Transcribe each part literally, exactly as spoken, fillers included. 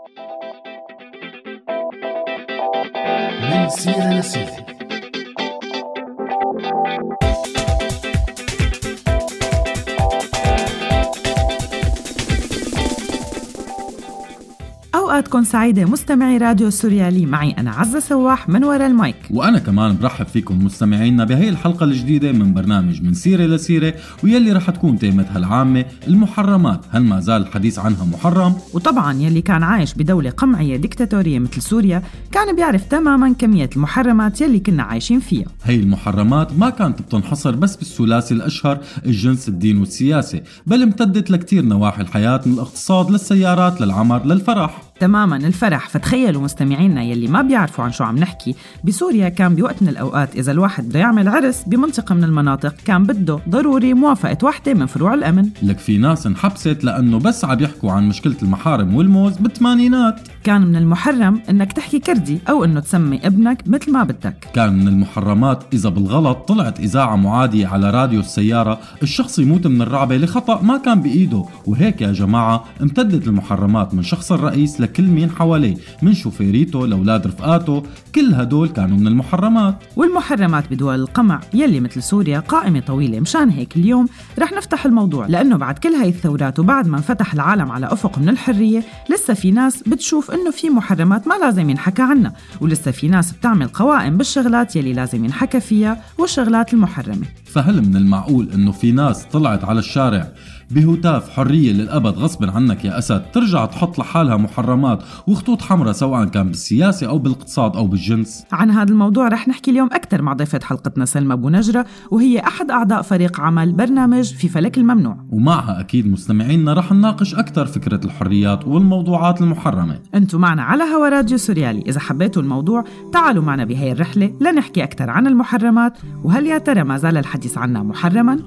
من سيرة لسيرة. أوقاتكم سعيدة مستمعي راديو سوريالي، معي أنا عزة سواح من وراء المايك، وأنا كمان برحب فيكم مستمعينا بهي الحلقة الجديدة من برنامج من سيرة لسيرة، ويلي رح تكون تيمتها العامة المحرمات. هل ما زال الحديث عنها محرم؟ وطبعا يلي كان عايش بدولة قمعية ديكتاتورية مثل سوريا كان بيعرف تماما كمية المحرمات يلي كنا عايشين فيها. هي المحرمات ما كانت بتنحصر بس بالثلاثي الأشهر الجنس الدين والسياسة، بل امتدت لكتير نواحي الحياة، من الاقتصاد للسيارات للعمر للفرح. تماما الفرح. فتخيلوا مستمعينا يلي ما بيعرفوا عن شو عم نحكي، بسوريا كان بوقت من الأوقات إذا الواحد بده يعمل عرس بمنطقة من المناطق كان بده ضروري موافقة واحدة من فروع الأمن. لك في ناس انحبست لأنه بس عم يحكوا عن مشكلة المحارم والموز بالثمانينات. كان من المحرم إنك تحكي كردي أو إنه تسمي ابنك مثل ما بدك. كان من المحرمات إذا بالغلط طلعت إذاعة معادية على راديو السيارة الشخص يموت من الرعبة لخطأ ما كان بإيده. وهيك يا جماعة امتدت المحرمات من شخص الرئيس لكل مين حواليه، من شوفيريته لأولاد رفقاته، كل هدول كانوا من المحرمات. والمحرمات بدول القمع يلي مثل سوريا قائمة طويلة. مشان هيك اليوم رح نفتح الموضوع، لأنه بعد كل هاي الثورات وبعد ما انفتح العالم على أفق من الحرية لسه في ناس بتشوف إنه في محرمات ما لازم ينحكى عنها، ولسه في ناس بتعمل قوائم بالشغلات يلي لازم ينحكى فيها والشغلات المحرمة. فهل من المعقول إنه في ناس طلعت على الشارع بهتاف حرية للأبد غصب عنك يا أسد ترجع تحط لحالها محرمات وخطوط حمراء سواء كان بالسياسة أو بالاقتصاد أو بالجنس؟ عن هذا الموضوع رح نحكي اليوم أكثر مع ضيفة حلقتنا سلمى أبو نجرة، وهي أحد أعضاء فريق عمل برنامج في فلك الممنوع. ومعها أكيد مستمعينا رح نناقش أكثر فكرة الحريات والموضوعات المحرمة. أنتوا معنا على هوا راديو سوريالي. إذا حبيتوا الموضوع تعالوا معنا بهاي الرحلة لنحكي أكثر عن المحرمات، وهل يا ترى ما زال الحديث عنها محرما؟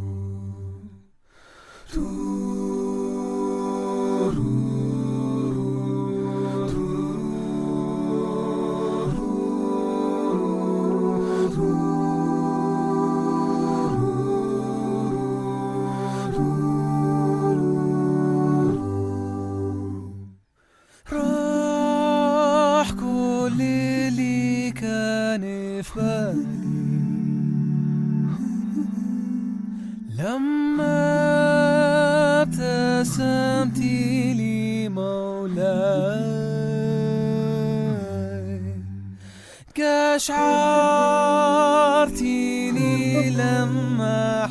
شعرتيني لما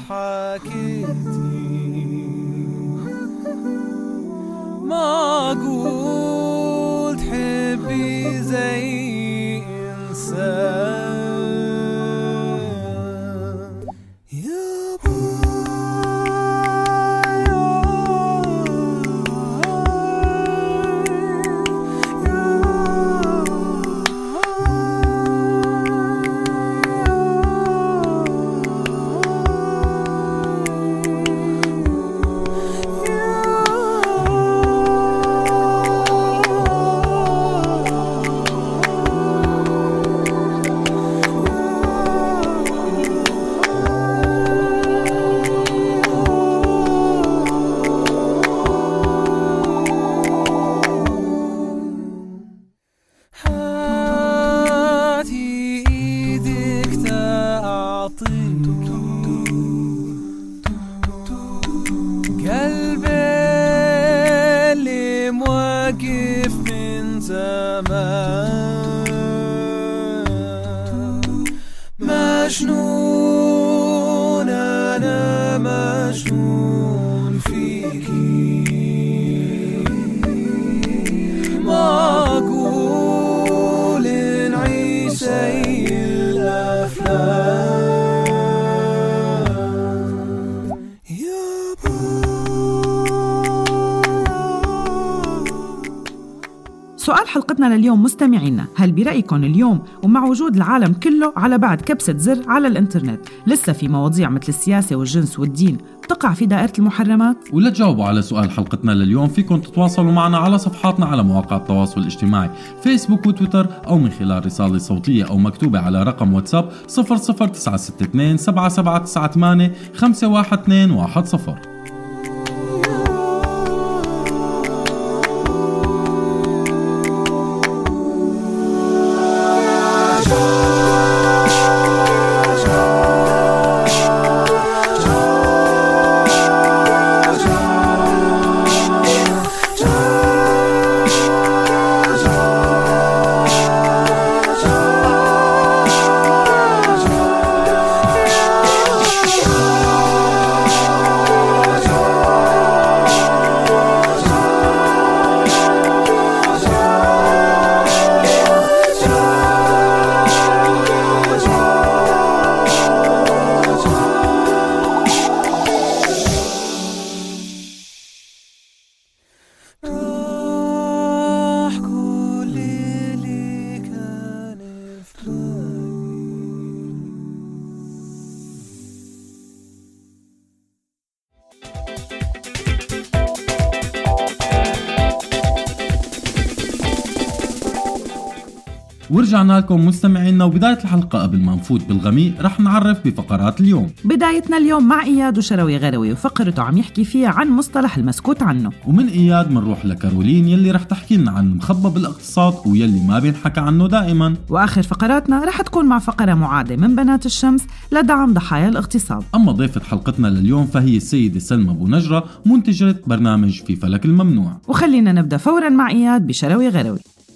حكيتي ما قلت حبي زي إنسان يا مجنون أنا مجنون فيكي ما أقول نعيش زي الأفلام يا سؤال حلقتنا لليوم مستمعينا، هل برأيكم اليوم ومع وجود العالم كله على بعد كبسة زر على الانترنت لسه في مواضيع مثل السياسة والجنس والدين تقع في دائرة المحرمات؟ ولا تجاوبوا على سؤال حلقتنا لليوم فيكم تتواصلوا معنا على صفحاتنا على مواقع التواصل الاجتماعي فيسبوك وتويتر، أو من خلال رسالة صوتية أو مكتوبة على رقم واتساب صفر صفر تسعة ستة اثنين سبعة سبعة تسعة ثمانية خمسة واحد اثنين واحد صفر. ورجعنا لكم مستمعينا، وبداية الحلقة قبل ما نفوت بالغميق رح نعرف بفقرات اليوم. بدايتنا اليوم مع إياد وشروي غروي وفقرته عم يحكي فيها عن مصطلح المسكوت عنه. ومن إياد منروح لكارولين يلي رح تحكي لنا عن مخبى بالاقتصاد ويلي ما بينحكى عنه دائما. وآخر فقراتنا رح تكون مع فقرة معادة من بنات الشمس لدعم ضحايا الاغتصاب. أما ضيفة حلقتنا لليوم فهي السيدة سلمى أبو نجرة، منتجة برنامج في فلك الممنوع. وخلينا نبدأ فورا مع إياد بشروي غروي.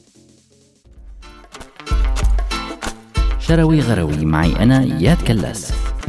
شروي غروي معي أنا إياد كلاس.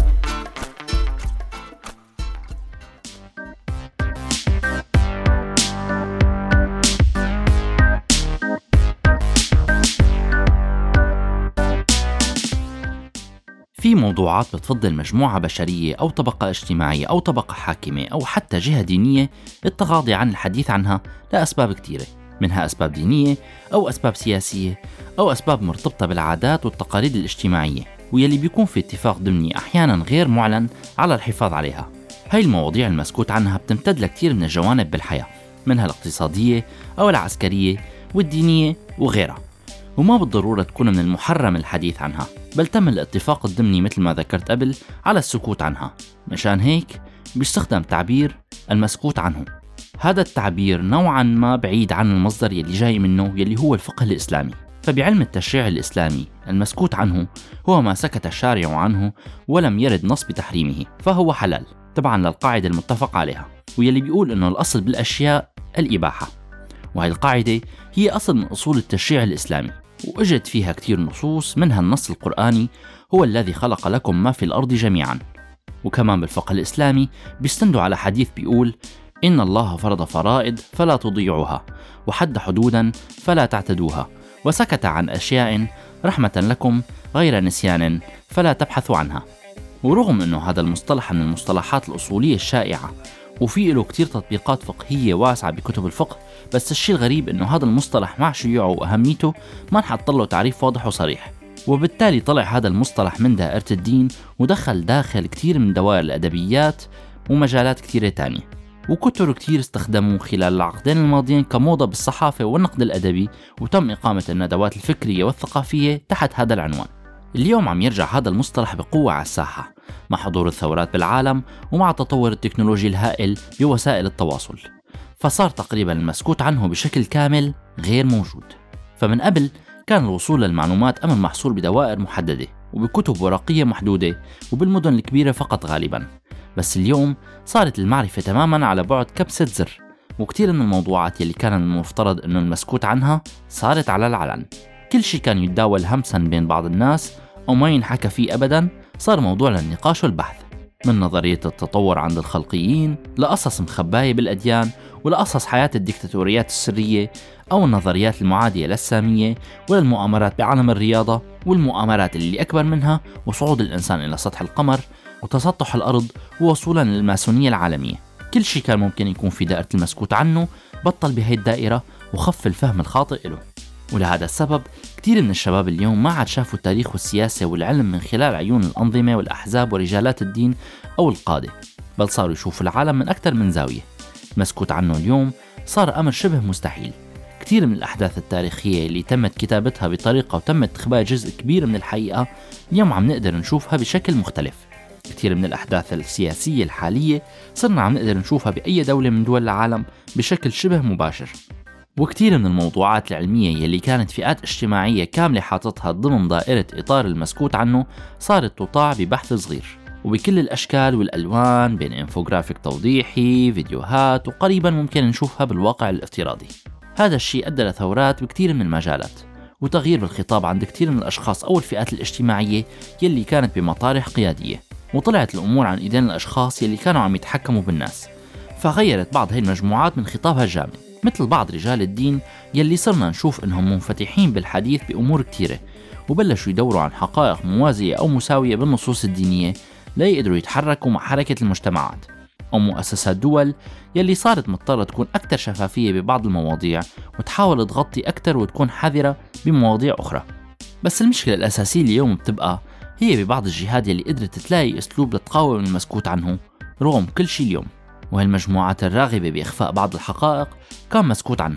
في موضوعات بتفضل مجموعة بشرية أو طبقة اجتماعية أو طبقة حاكمة أو حتى جهة دينية التغاضي عن الحديث عنها لأسباب كتيرة، منها أسباب دينية أو أسباب سياسية أو أسباب مرتبطة بالعادات والتقاليد الاجتماعية، ويلي بيكون في اتفاق ضمني أحيانا غير معلن على الحفاظ عليها. هاي المواضيع المسكوت عنها بتمتد لكتير من الجوانب بالحياة، منها الاقتصادية أو العسكرية والدينية وغيرها، وما بالضرورة تكون من المحرم الحديث عنها، بل تم الاتفاق الضمني مثل ما ذكرت قبل على السكوت عنها. مشان هيك بيستخدم تعبير المسكوت عنه. هذا التعبير نوعا ما بعيد عن المصدر يلي جاي منه يلي هو الفقه الإسلامي. فبعلم التشريع الإسلامي المسكوت عنه هو ما سكت الشارع عنه ولم يرد نص بتحريمه فهو حلال، طبعا للقاعدة المتفق عليها، ويلي بيقول إنه الأصل بالأشياء الإباحة، وهي القاعدة هي أصل من أصول التشريع الإسلامي، وأجد فيها كتير نصوص، منها النص القرآني هو الذي خلق لكم ما في الأرض جميعا. وكمان بالفقه الإسلامي بيستندوا على حديث بيقول إن الله فرض فرائض فلا تضيعوها وحد حدودا فلا تعتدوها وسكت عن أشياء رحمة لكم غير نسيان فلا تبحثوا عنها. ورغم أنه هذا المصطلح من المصطلحات الأصولية الشائعة وفيه له كتير تطبيقات فقهية واسعة بكتب الفقه، بس الشيء الغريب أنه هذا المصطلح مع شيوعه وأهميته ما نحط له تعريف واضح وصريح، وبالتالي طلع هذا المصطلح من دائرة الدين ودخل داخل كتير من دوائر الأدبيات ومجالات كتيرة تانية، وكتر كتير استخدموه خلال العقدين الماضيين كموضة بالصحافة والنقد الأدبي، وتم إقامة الندوات الفكرية والثقافية تحت هذا العنوان. اليوم عم يرجع هذا المصطلح بقوة على الساحة مع حضور الثورات بالعالم ومع تطور التكنولوجي الهائل بوسائل التواصل، فصار تقريبا المسكوت عنه بشكل كامل غير موجود. فمن قبل كان الوصول للمعلومات أمر محصور بدوائر محددة وبكتب ورقية محدودة وبالمدن الكبيرة فقط غالبا، بس اليوم صارت المعرفة تماما على بعد كبسة زر، وكتير من الموضوعات يلي كان المفترض أنه المسكوت عنها صارت على العلن. كل شيء كان يتداول همسا بين بعض الناس أو ما ينحكى فيه أبدا صار موضوع للنقاش والبحث، من نظرية التطور عند الخلقيين لقصص مخباية بالأديان ولقصص حياة الديكتاتوريات السرية أو النظريات المعادية للسامية وللمؤامرات بعالم الرياضة والمؤامرات اللي أكبر منها وصعود الإنسان إلى سطح القمر وتسطح الأرض ووصولا للماسونية العالمية. كل شيء كان ممكن يكون في دائرة المسكوت عنه بطل بهي الدائرة وخف الفهم الخاطئ له. ولهذا السبب كتير من الشباب اليوم ما عاد شافوا التاريخ والسياسة والعلم من خلال عيون الأنظمة والأحزاب ورجالات الدين أو القادة، بل صاروا يشوفوا العالم من أكثر من زاوية. مسكوت عنه اليوم صار أمر شبه مستحيل. كتير من الأحداث التاريخية اللي تمت كتابتها بطريقة وتمت إخباء جزء كبير من الحقيقة اليوم عم نقدر نشوفها بشكل مختلف. كتير من الأحداث السياسية الحالية صرنا عم نقدر نشوفها بأي دولة من دول العالم بشكل شبه مباشر. وكتير من الموضوعات العلمية يلي كانت فئات اجتماعية كاملة حاطتها ضمن دائرة إطار المسكوت عنه صارت تطاع ببحث صغير وبكل الأشكال والألوان، بين إنفوغرافيك توضيحي، فيديوهات، وقريبا ممكن نشوفها بالواقع الافتراضي. هذا الشيء أدى لثورات بكتير من المجالات وتغيير بالخطاب عند كتير من الأشخاص أو الفئات الاجتماعية يلي كانت بمطارح قيادية، وطلعت الأمور عن إيدين الأشخاص يلي كانوا عم يتحكموا بالناس، فغيرت بعض هاي المجموعات من خطابها الجامد، مثل بعض رجال الدين يلي صرنا نشوف إنهم منفتحين بالحديث بأمور كتيرة وبلشوا يدوروا عن حقائق موازية أو مساوية بالنصوص الدينية لا يقدروا يتحركوا مع حركة المجتمعات أو مؤسسات دول يلي صارت مضطرة تكون أكثر شفافية ببعض المواضيع وتحاول تغطي أكثر وتكون حذرة بمواضيع أخرى. بس المشكلة الأساسية اليوم بتبقى هي ببعض الجهات يلي قدرت تلاقي أسلوب لتقاوم المسكوت عنه رغم كل شيء اليوم، وهالمجموعات الراغبة بإخفاء بعض الحقائق كان مسكوت عنها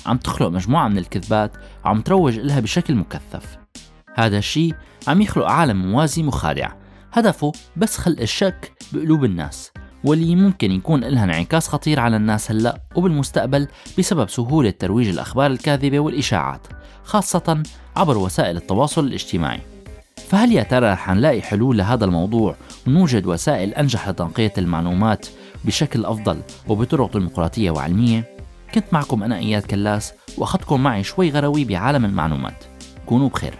عم تخلق مجموعة من الكذبات وعم تروج إلها بشكل مكثف. هذا الشيء عم يخلق عالم موازي مخادع هدفه بس خلق الشك بقلوب الناس، واللي ممكن يكون لها انعكاس خطير على الناس هلأ وبالمستقبل بسبب سهولة ترويج الأخبار الكاذبة والإشاعات، خاصة عبر وسائل التواصل الاجتماعي. فهل يا ترى رح نلاقي حلول لهذا الموضوع ونوجد وسائل أنجح لتنقية المعلومات بشكل أفضل وبطرق ديمقراطية وعلمية؟ كنت معكم أنا إياد كلاس، وأخذكم معي شوي غروي بعالم المعلومات. كونوا بخير.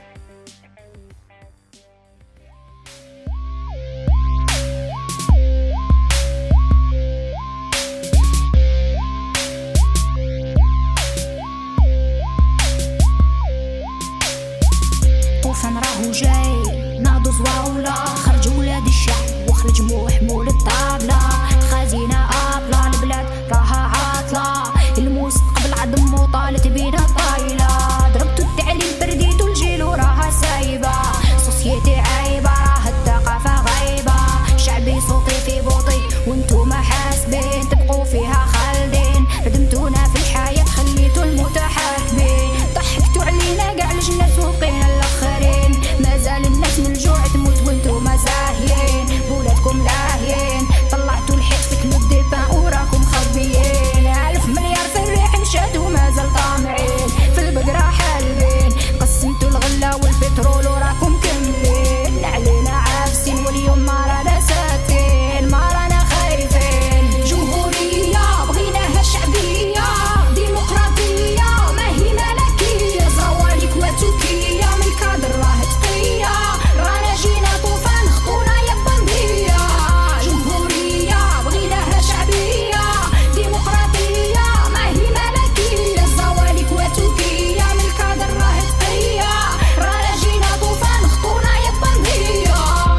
طوفان راهو جاي ناضوا زواولا، خرج ولاد الشعب وخرج مو حمول الطابلة، الخزينة أبلة البلاد راها عاطلة، المستقبل عدم وطالت بينا الطايلة، ضربتو التعليم برديتو الجيل وراها سايبة، سوسيتي عايبة راه الثقافة غايبة، شعبي صوتي في بوطي وانتو ما حاسبين، تبقوا فيها خالدين، ردمتونا في الحياة خليتو المتحاكمين، ضحكتو علينا قاع لجنا سوقينا الاخرين، مازال الناس من الجوع تموت وانتو ما زاهيين، بولادكم لاهيين، طلعتو الحيط في كلو الديبان وراكم خبيين، ألف مليار في الريح مشات ومازال طامعين، في البقرة حالبين، قسمتو الغلة والبترول وراكم كملين، علينا عافسين واليوم ما رانا ساكتين، ما رانا خايفين، جمهورية بغيناها شعبية، ديمقراطية ما هي ملكية، زوالك وتوكية من الكادر راه تقية، رانا جينا طوفان خطونا يا بندية، جمهورية بغيناها شعبية، ديمقراطية ما هي ملكية، زوالك وتوكية من الكادر راه تقية، رانا جينا طوفان خطونا يا بندية.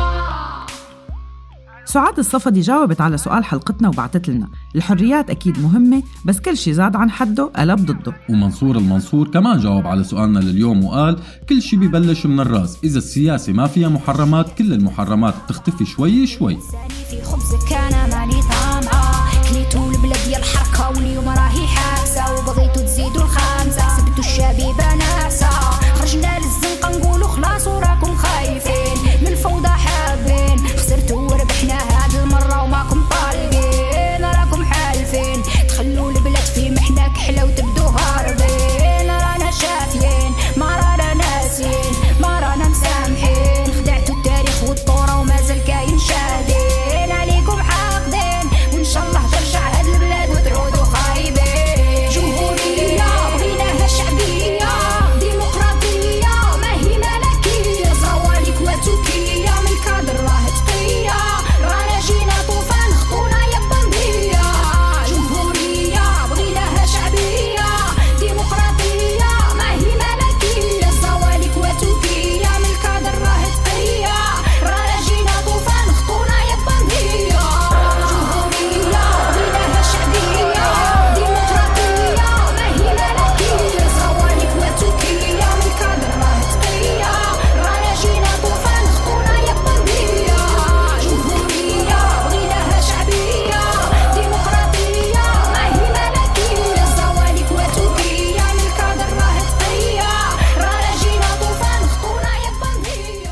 سعاد الصفدي جاوبت على سؤال حلقتنا وبعتت لنا الحريات أكيد مهمة بس كل شي زاد عن حده قلب ضده. ومنصور المنصور كمان جاوب على سؤالنا لليوم وقال كل شي بيبلش من الراس، إذا السياسة ما فيها محرمات كل المحرمات بتختفي شوي شوي. في خبزك أنا ماني طامعة، كليتو البلاد ديال الحركة واليوم راهي حابسة، وبغيتو تزيدو الخامسة سبتو الشبيبة ناسة، خرجنا للزنقة نقولو خلاص وراكم خايفين، من الفوضى حابين، خسرتو وربحنا هاد المرة وماكم طالبين، راكم حالفين، تخلو البلاد في محنة كحلة وتبدو هاربين، رانا شافيين ما رانا ناسين، ما رانا مسامحين، خدعتو التاريخ والطورة ومازال كاين شادين، عليكم حاقدين وإن شاء الله ترجع هاد البلاد وتعودوا خايبين، جمهورية بغيناها شعبية، ديمقراطية ما هي ملكية، زوالك وتوكية من الكادر راه تقية، رانا جينا طوفان خطونا يا بندية، جمهورية بغيناها شعبية، ديمقراطية ما هي ملكية، زوالك وتوكية من الكادر راه تقية، رانا جينا طوفان خطونا يا بندية، جمهورية بغيناها شعبية، ديمقراطية ما هي ملكية، زوالك وتوكية من الكادر راه تقية، رانا جينا طوفان خطونا يا بندية، جمهورية بغيناها شعبية، ديمقراطية ما هي ملكية، زوالك وتوكية من الكادر راه تقية، رانا جينا طوفان خطونا يا بندية.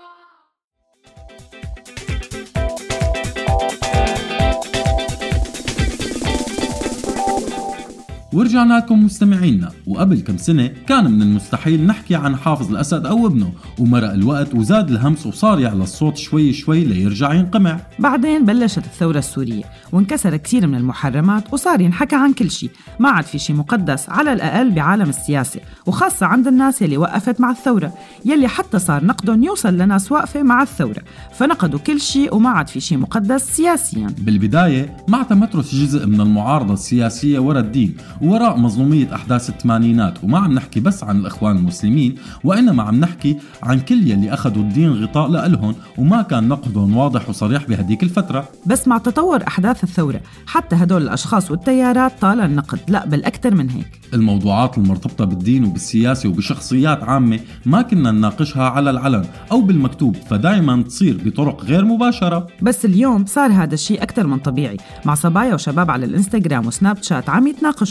ورجعنا لكم مستمعينا. وقبل كم سنة كان من المستحيل نحكي عن حافظ الأسد أو ابنه، ومرق الوقت وزاد الهمس وصار يعلى الصوت شوي شوي ليرجع ينقمع. بعدين بلشت الثورة السورية وانكسر كثير من المحرمات وصار ينحكى عن كل شيء، ما عاد في شيء مقدس على الأقل بعالم السياسة، وخاصة عند الناس يلي وقفت مع الثورة، يلي حتى صار نقدهم يوصل لناس واقفة مع الثورة، فنقدوا كل شيء وما عاد في شيء مقدس سياسيا. بالبداية مع تمترس جزء من المعارضة السياسية وراء الدين وراء مظلومية أحداث الثمانينات، وما عم نحكي بس عن الإخوان المسلمين، وإنما عم نحكي عن كل يلي أخذوا الدين غطاء لألهن وما كان نقدهم واضح وصريح بهديك الفترة. بس مع تطور أحداث الثورة حتى هدول الأشخاص والتيارات طال النقد، لا بالأكثر من هيك. الموضوعات المرتبطة بالدين وبالسياسة وبشخصيات عامة ما كنا نناقشها على العلن أو بالمكتوب، فدايما تصير بطرق غير مباشرة. بس اليوم صار هذا الشيء أكثر من طبيعي، مع صبايا وشباب على الانستغرام وسناب شات عم يتناقشوا بأشياء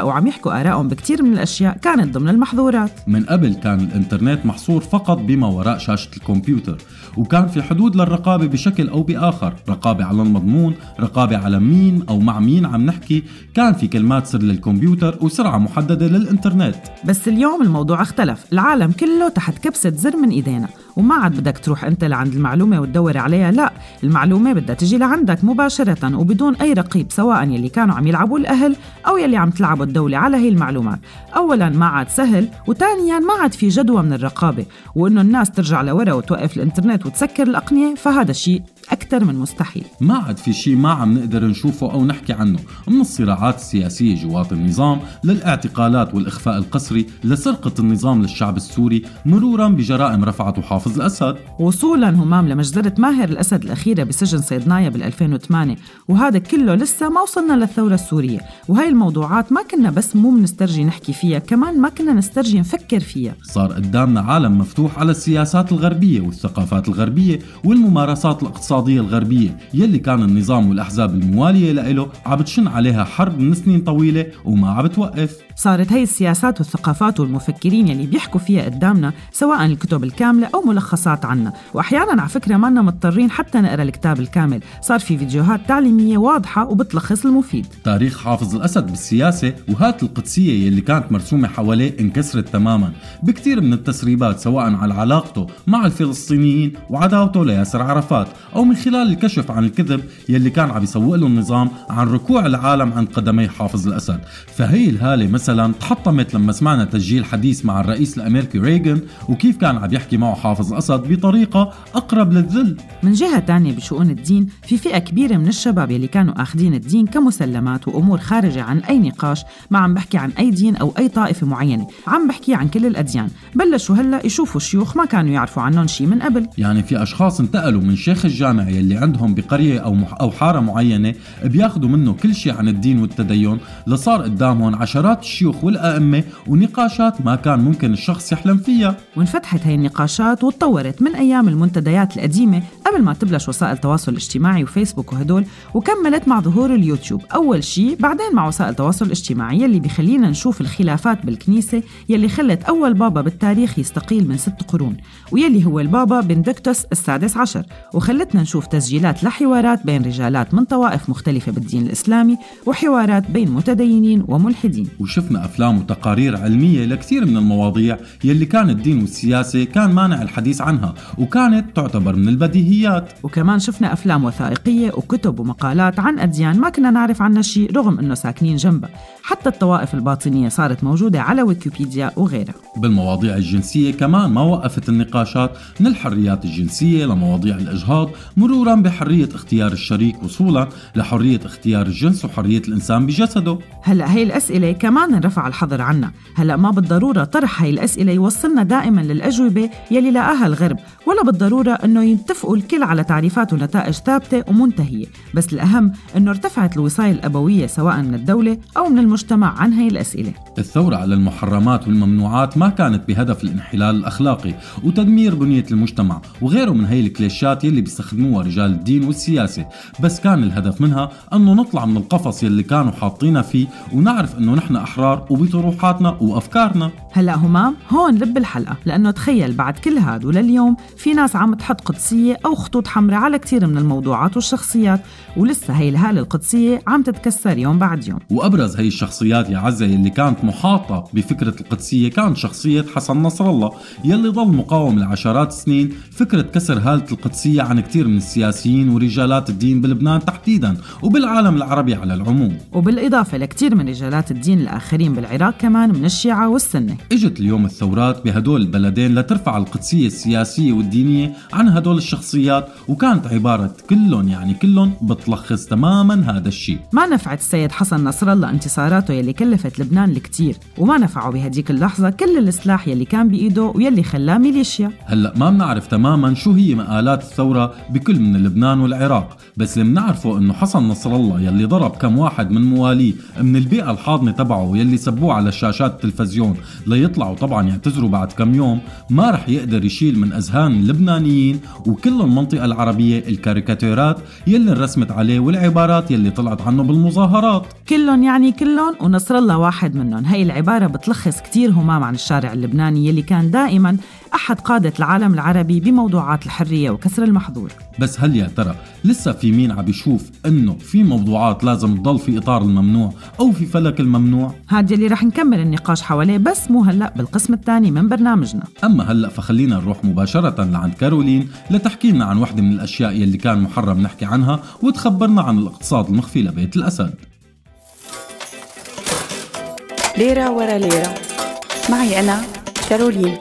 الزملاء وعم يحكوا آرائهم بكتير من الأشياء كانت ضمن المحظورات. من قبل كان الانترنت محصور فقط بما وراء شاشة الكمبيوتر، وكان في حدود للرقابة بشكل أو بآخر، رقابة على المضمون، رقابة على مين أو مع مين عم نحكي، كان في كلمات سر للكمبيوتر وسرعة محددة للإنترنت. بس اليوم الموضوع اختلف، العالم كله تحت كبسة زر من إيدينا، وما عاد بدك تروح أنت لعند المعلومة وتدور عليها، لا، المعلومة بدها تجي لعندك مباشرة وبدون أي رقيب، سواء يلي كانوا عم يلعبوا الأهل أو يلي عم تلعبوا الدولة على هي المعلومات. أولاً ما عاد سهل، وثانياً ما عاد في جدوى من الرقابة، وإنه الناس ترجع لورا وتوقف الإنترنت وتسكر الأقنية، فهذا شيء أكثر من مستحيل. ما عاد في شيء ما عم نقدر نشوفه أو نحكي عنه، من الصراعات السياسية جوات النظام للاعتقالات والإخفاء القسري لسرقة النظام للشعب السوري، مرورا بجرائم رفعته حافظ الأسد، وصولا همام لمجزرة ماهر الأسد الأخيرة بسجن صيدنايا بال2008. وهذا كله لسه ما وصلنا للثورة السورية، وهي الموضوعات ما كنا بس مو منسترجي نحكي فيها، كمان ما كنا نسترجي نفكر فيها. صار قدامنا عالم مفتوح على السياسات الغربية والثقافات الغربية والممارسات الاقتصادية الغربية يلي كان النظام والأحزاب الموالية له عم بتشن عليها حرب من سنين طويلة وما عم بتوقف. صارت هاي السياسات والثقافات والمفكرين يلي بيحكوا فيها قدامنا، سواء الكتب الكاملة أو ملخصات عنها، وأحياناً على فكرة ما لنا مضطرين حتى نقرأ الكتاب الكامل، صار في فيديوهات تعليمية واضحة وبتلخص المفيد. تاريخ حافظ الأسد بالسياسة وهات القدسية يلي كانت مرسومة حواليه انكسرت تماماً بكتير من التسريبات، سواء على علاقته مع الفلسطينيين وعداوته لياسر عرفات، أو من خلال الكشف عن الكذب يلي كان عم يسوق له النظام عن ركوع العالم عند قدمي حافظ الأسد. فهي الهالة مثلا تحطمت لما سمعنا تسجيل حديث مع الرئيس الأمريكي ريغن وكيف كان عم يحكي معه حافظ الأسد بطريقة أقرب للذل. من جهة تانية بشؤون الدين، في فئة كبيرة من الشباب يلي كانوا آخذين الدين كمسلمات وأمور خارجة عن أي نقاش، ما عم بحكي عن أي دين أو أي طائفة معينة، عم بحكي عن كل الأديان. بلشوا هلأ يشوفوا شيوخ ما كانوا يعرفوا عنهم شيء من قبل. يعني في أشخاص انتقلوا من شيخ الجامع يلي عندهم بقرية أو مح أو حارة معينة بياخدوا منه كل شيء عن الدين والتدين، لصار قدامهم عشرات الشيوخ والأئمة ونقاشات ما كان ممكن الشخص يحلم فيها. وانفتحت هاي النقاشات وتطورت من أيام المنتديات القديمة قبل ما تبلش وسائل التواصل الاجتماعي وفيسبوك وهدول، وكملت مع ظهور اليوتيوب أول شيء، بعدين مع وسائل التواصل الاجتماعي يلي بيخلينا نشوف الخلافات بالكنيسة يلي خلت أول بابا بالتاريخ يستقيل من ست قرون، ويلي هو البابا بندكتوس السادس عشر، وخلتنا نشوف تسجيلات لحوارات بين رجالات من طوائف مختلفة بالدين الإسلامي وحوارات بين متدينين وملحدين، وشفنا أفلام وتقارير علمية لكثير من المواضيع يلي كان الدين والسياسة كان مانع الحديث عنها وكانت تعتبر من البديهيات. وكمان شفنا أفلام وثائقية وكتب ومقالات عن أديان ما كنا نعرف عنها شيء رغم أنه ساكنين جنبها، حتى الطوائف الباطنية صارت موجودة على ويكيبيديا وغيرها. بالمواضيع الجنسية كمان ما وقفت النقاشات، من الحريات الجنسية لمواضيع الإجهاض، مرورا بحرية اختيار الشريك، وصولا لحرية اختيار الجنس وحرية الإنسان بجسده. هلأ هاي الأسئلة كمان انرفع الحظر عنها، هلأ ما بالضرورة طرح هاي الأسئلة يوصلنا دائما للأجوبة يلي لاقاها الغرب، ولا بالضرورة أنه يتفقوا الكل على تعريفات ونتائج ثابتة ومنتهية، بس الأهم أنه ارتفعت الوصاية الأبوية سواء من الدولة أو من المجتمع عن هاي الأسئلة. الثورة على المحرمات والممنوعات ما كانت بهدف الانحلال الأخلاقي وتدمير بنية المجتمع وغيره من هاي الكليشات يلي بيستخدموها رجال الدين والسياسة، بس كان الهدف منها أنه نطلع من القفص يلي كانوا حاطينا فيه ونعرف أنه نحن أحرار وبطروحاتنا وأفكارنا. هلأ همام هون لب الحلقة، لأنه تخيل بعد كل هاد ولليوم في ناس عم تحط قدسية أو خطوط حمراء على كتير من الموضوعات والشخصيات، ولسه هاي الهالة القدسية عم تتكسر يوم بعد يوم. وأبرز هاي الشخصيات يا عزة يلي كانت محاطة بفكرة القدسية كانت شخصية حسن نصر الله يلي ظل مقاوم لعشرات سنين فكرة كسر هالة القدسية عن كتير من السياسيين ورجالات الدين بلبنان تحديدا وبالعالم العربي على العموم، وبالإضافة لكتير من رجالات الدين الآخرين بالعراق كمان من الشيعة والسنة. اجت اليوم الثورات بهدول البلدين لترفع القدسية السياسية والدينية عن هدول الشخصيات، وكانت عبارة كلهم يعني كلهم بتلخص تماما هذا الشيء. ما نفعت السيد حسن نصر الله انتصاراته يلي كلفت لبنان الكتير، وما نفعوا بهديك اللحظة كل السلاح يلي كان بإيده ويلي خلاه ميليشيا. هلأ ما بنعرف تماما شو هي مآلات الثورة بكل من لبنان والعراق، بس اللي بنعرفه انه حسن نصر الله يلي ضرب كم واحد من مواليه من البيئة الحاضنة تبعه يلي سبوه على شاشات التلفزيون ليطلعوا طبعا يعتذروا بعد كم يوم، ما رح يقدر يشيل من أذهان عن اللبنانيين وكل المنطقة العربية الكاريكاتيرات يلي انرسمت عليه والعبارات يلي طلعت عنه بالمظاهرات. كلهم يعني كلهم ونصر الله واحد منهم. هاي العبارة بتلخص كتير همام عن الشارع اللبناني يلي كان دائما أحد قادة العالم العربي بموضوعات الحرية وكسر المحظور. بس هل يا ترى لسه في مين عم بيشوف إنه في موضوعات لازم تضل في إطار الممنوع أو في فلك الممنوع؟ هاد يلي رح نكمل النقاش حواليه بس مو هلأ بالقسم الثاني من برنامجنا. أما هلأ فخلينا نروح مباشرة لعند كارولين لتحكي لنا عن واحدة من الأشياء يلي كان محرم نحكي عنها وتخبرنا عن الاقتصاد المخفي لبيت الأسد. ليرة ورا ليرة معي أنا كارولين.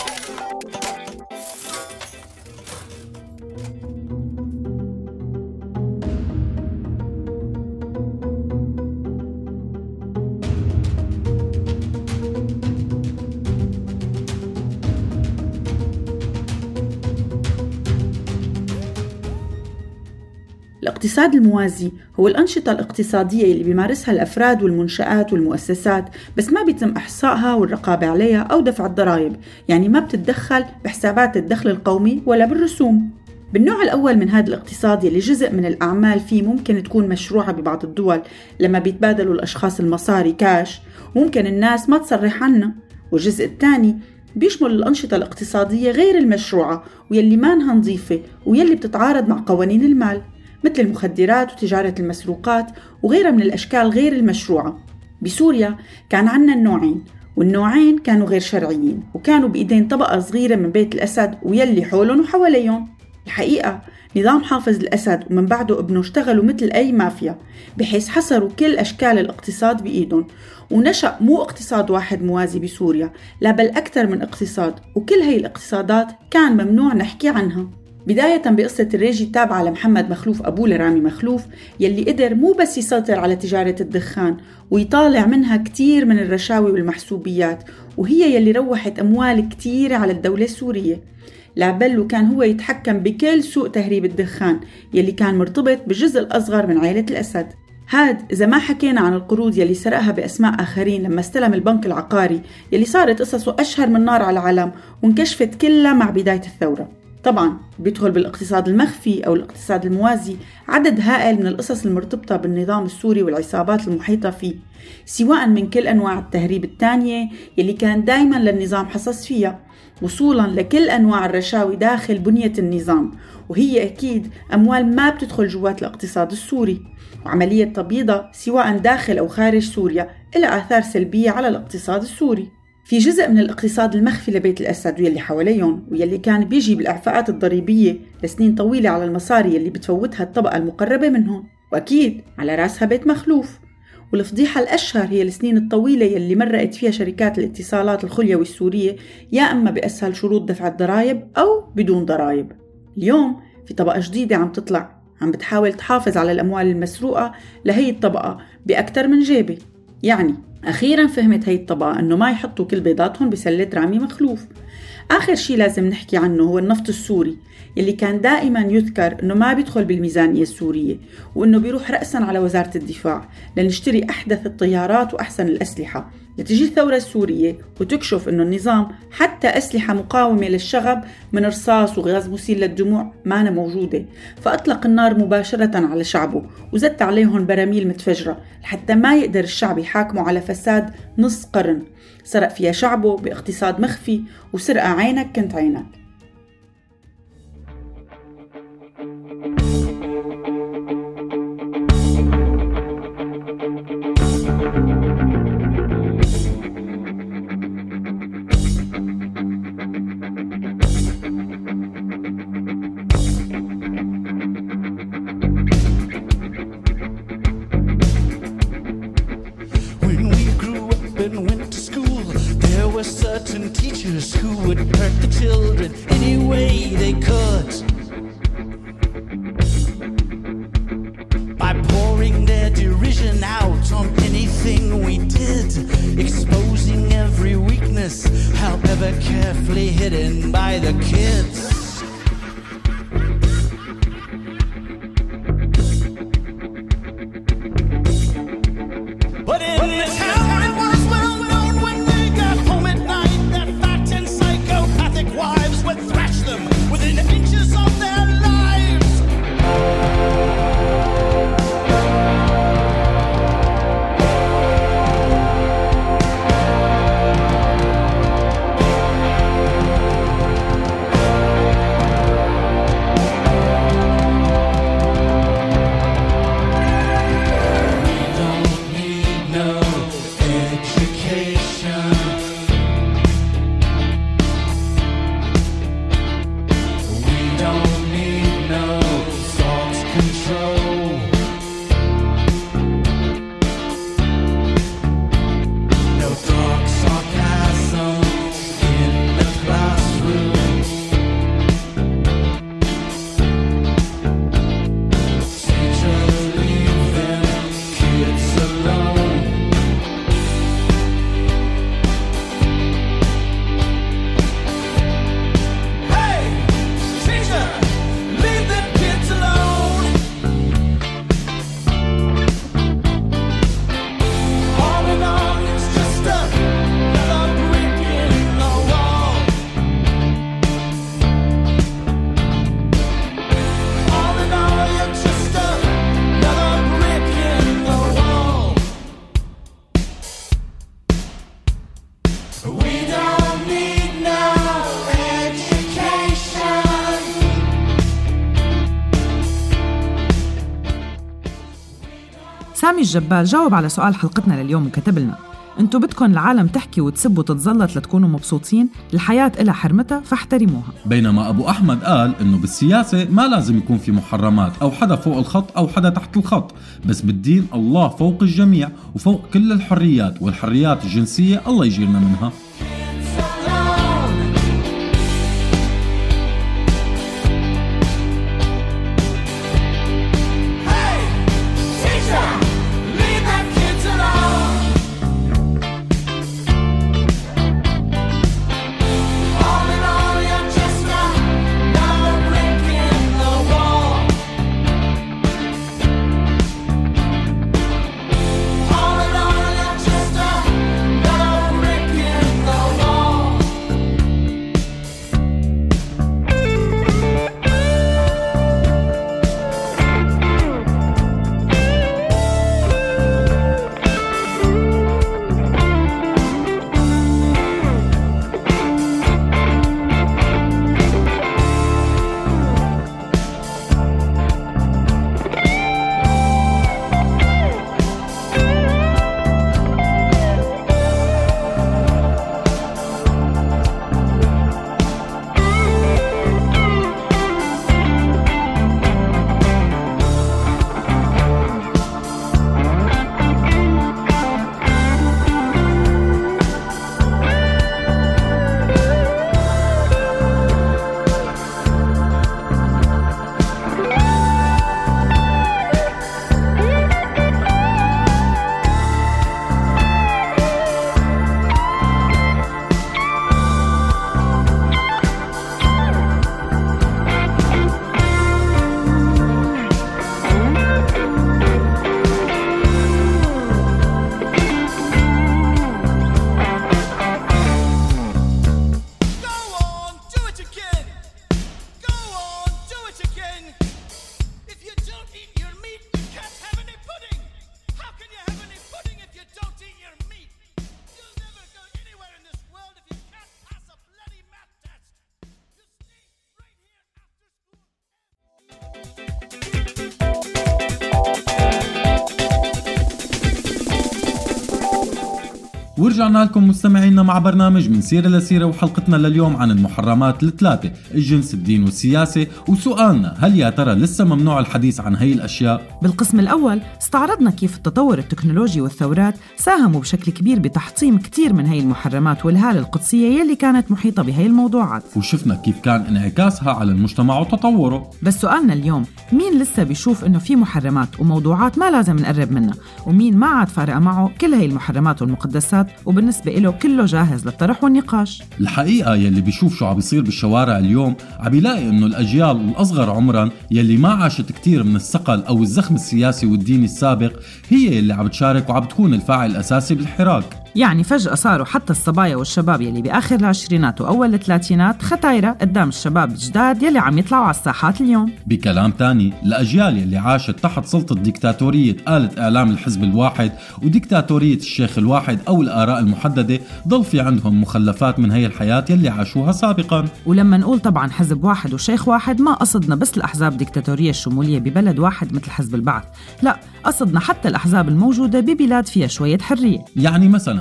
الاقتصاد الموازي هو الأنشطة الاقتصادية اللي بيمارسها الأفراد والمنشآت والمؤسسات بس ما بيتم إحصائها والرقابة عليها أو دفع الضرائب، يعني ما بتتدخل بحسابات الدخل القومي ولا بالرسوم. بالنوع الأول من هذا الاقتصاد اللي جزء من الأعمال فيه ممكن تكون مشروعة ببعض الدول لما بيتبادلوا الأشخاص المصاري كاش وممكن الناس ما تصرح عنها، والجزء الثاني بيشمل الأنشطة الاقتصادية غير المشروعة ويلي مانها نظيفة ويلي بتتعارض مع قوانين المال مثل المخدرات وتجارة المسروقات وغيرها من الأشكال غير المشروعة. بسوريا كان عنا النوعين، والنوعين كانوا غير شرعيين وكانوا بإيدين طبقة صغيرة من بيت الأسد ويلي حولهم وحواليهم. الحقيقة نظام حافظ الأسد ومن بعده ابنه اشتغلوا مثل أي مافيا بحيث حصروا كل أشكال الاقتصاد بإيدهم، ونشأ مو اقتصاد واحد موازي بسوريا لا بل أكثر من اقتصاد، وكل هاي الاقتصادات كان ممنوع نحكي عنها. بداية بقصة الريجي التابعة لمحمد مخلوف أبوه لرامي مخلوف يلي قدر مو بس يسيطر على تجارة الدخان ويطالع منها كتير من الرشاوي والمحسوبيات، وهي يلي روحت أموال كتير على الدولة السورية، لا بل وكان هو يتحكم بكل سوق تهريب الدخان يلي كان مرتبط بالجزء الأصغر من عائلة الأسد. هاد إذا ما حكينا عن القروض يلي سرقها بأسماء آخرين لما استلم البنك العقاري يلي صارت قصصه أشهر من نار على العالم وانكشفت كلها مع بداية الثورة. طبعاً بيدخل بالاقتصاد المخفي أو الاقتصاد الموازي عدد هائل من القصص المرتبطة بالنظام السوري والعصابات المحيطة فيه، سواء من كل أنواع التهريب التانية يلي كان دايماً للنظام حصص فيها، وصولاً لكل أنواع الرشاوي داخل بنية النظام، وهي أكيد أموال ما بتدخل جوات الاقتصاد السوري، وعملية تبييضها سواء داخل أو خارج سوريا إلى آثار سلبية على الاقتصاد السوري. في جزء من الاقتصاد المخفي لبيت الأسد ويلي حواليهم ويلي كان بيجي بالإعفاءات الضريبية لسنين طويلة على المصاري يلي بتفوتها الطبقة المقربة منهم، وأكيد على رأسها بيت مخلوف. والفضيحة الأشهر هي السنين الطويلة يلي مرقت فيها شركات الاتصالات الخليوي السورية يا أما بأسهل شروط دفع الضرائب أو بدون ضرائب. اليوم في طبقة جديدة عم تطلع عم بتحاول تحافظ على الأموال المسروقة لهي الطبقة بأكتر من جيبة. يعني أخيراً فهمت هاي الطبقة أنه ما يحطوا كل بيضاتهم بسلة رامي مخلوف. آخر شيء لازم نحكي عنه هو النفط السوري يلي كان دائماً يذكر أنه ما بيدخل بالميزانية السورية وأنه بيروح رأساً على وزارة الدفاع لنشتري أحدث الطيارات وأحسن الأسلحة، لتجي الثورة السورية وتكشف أنه النظام حتى أسلحة مقاومة للشغب من رصاص وغاز مسيل للدموع مانا موجودة، فأطلق النار مباشرة على شعبه وزت عليهم براميل متفجرة لحتى ما يقدر الشعب يحاكمه على فساد نص قرن سرق فيها شعبه باقتصاد مخفي وسرقة عينك كنت عينك. Certain teachers who would hurt the children any way they could by pouring their derision out on anything we did, exposing every weakness, however carefully hidden by the kids. But in the town it was well known when they got home at night that fat and psychopathic wives would thrash them education. We don't need no thought control. No dark sarcasm in the classroom. Teachers leaving kids alone. Hey, teacher, leave the kids alone. All in all, it's just another brick in the wall. All in all, you're just another brick in the wall. We don't need no education. سامي الجبال جاوب على سؤال حلقتنا لليوم وكتب لنا: انتو بدكن العالم تحكي وتسب وتتزلط لتكونوا مبسوطين؟ الحياة إلها حرمتها فاحترموها. بينما أبو أحمد قال إنه بالسياسة ما لازم يكون في محرمات أو حدا فوق الخط أو حدا تحت الخط، بس بالدين الله فوق الجميع وفوق كل الحريات، والحريات الجنسية الله يجيرنا منها. Hey, teacher, leave the kids alone. All in all, you're just another brick in the wall. All in all, you're just another brick in the wall. Go on, do it again. Go on, do it again. If you don't eat your meat, you can't have any pudding. How can you have any pudding if you don't eat your meat? You'll never go anywhere in this world if you can't pass a bloody math test. You stay right here after school. ورجعنا لكم مستمعينا مع برنامج من سيرة لسيرة، وحلقتنا لليوم عن المحرمات الثلاثة: الجنس، الدين والسياسة. وسؤالنا: هل يا ترى لسه ممنوع الحديث عن هي الأشياء؟ بالقسم الأول استعرضنا كيف التطور التكنولوجي والثورات ساهموا بشكل كبير بتحطيم كتير من هي المحرمات والهالة القدسية يلي كانت محيطة بهي الموضوعات، وشفنا كيف كان انعكاسها على المجتمع وتطوره. بس سؤالنا اليوم: مين لسه بيشوف إنه في محرمات وموضوعات ما لازم نقرب منها، ومين ما عاد فارقة معه كل هي المحرمات والمقدسات وبالنسبة له كله جاهز للطرح والنقاش؟ الحقيقة يلي بيشوف شو عم بيصير بالشوارع اليوم عم بيلاقي إنه الأجيال الأصغر عمراً يلي ما عاشت كتير من الثقل أو الزخم السياسي والديني السابق هي اللي عم تشارك وعم تكون الفاعل الأساسي بالحراك. يعني فجأة صاروا حتى الصبايا والشباب يلي بآخر العشرينات وأول الثلاثينات ختايرة قدام الشباب الجداد يلي عم يطلعوا على الساحات اليوم. بكلام تاني، الأجيال يلي عاشت تحت سلطة ديكتاتورية آلة إعلام الحزب الواحد وديكتاتورية الشيخ الواحد أو الآراء المحددة ضل في عندهم مخلفات من هي الحياة يلي عاشوها سابقا. ولما نقول طبعا حزب واحد وشيخ واحد ما قصدنا بس الأحزاب الديكتاتورية الشمولية ببلد واحد مثل حزب البعث، لا، قصدنا حتى الأحزاب الموجودة ببلاد فيها شوية حرية. يعني مثلا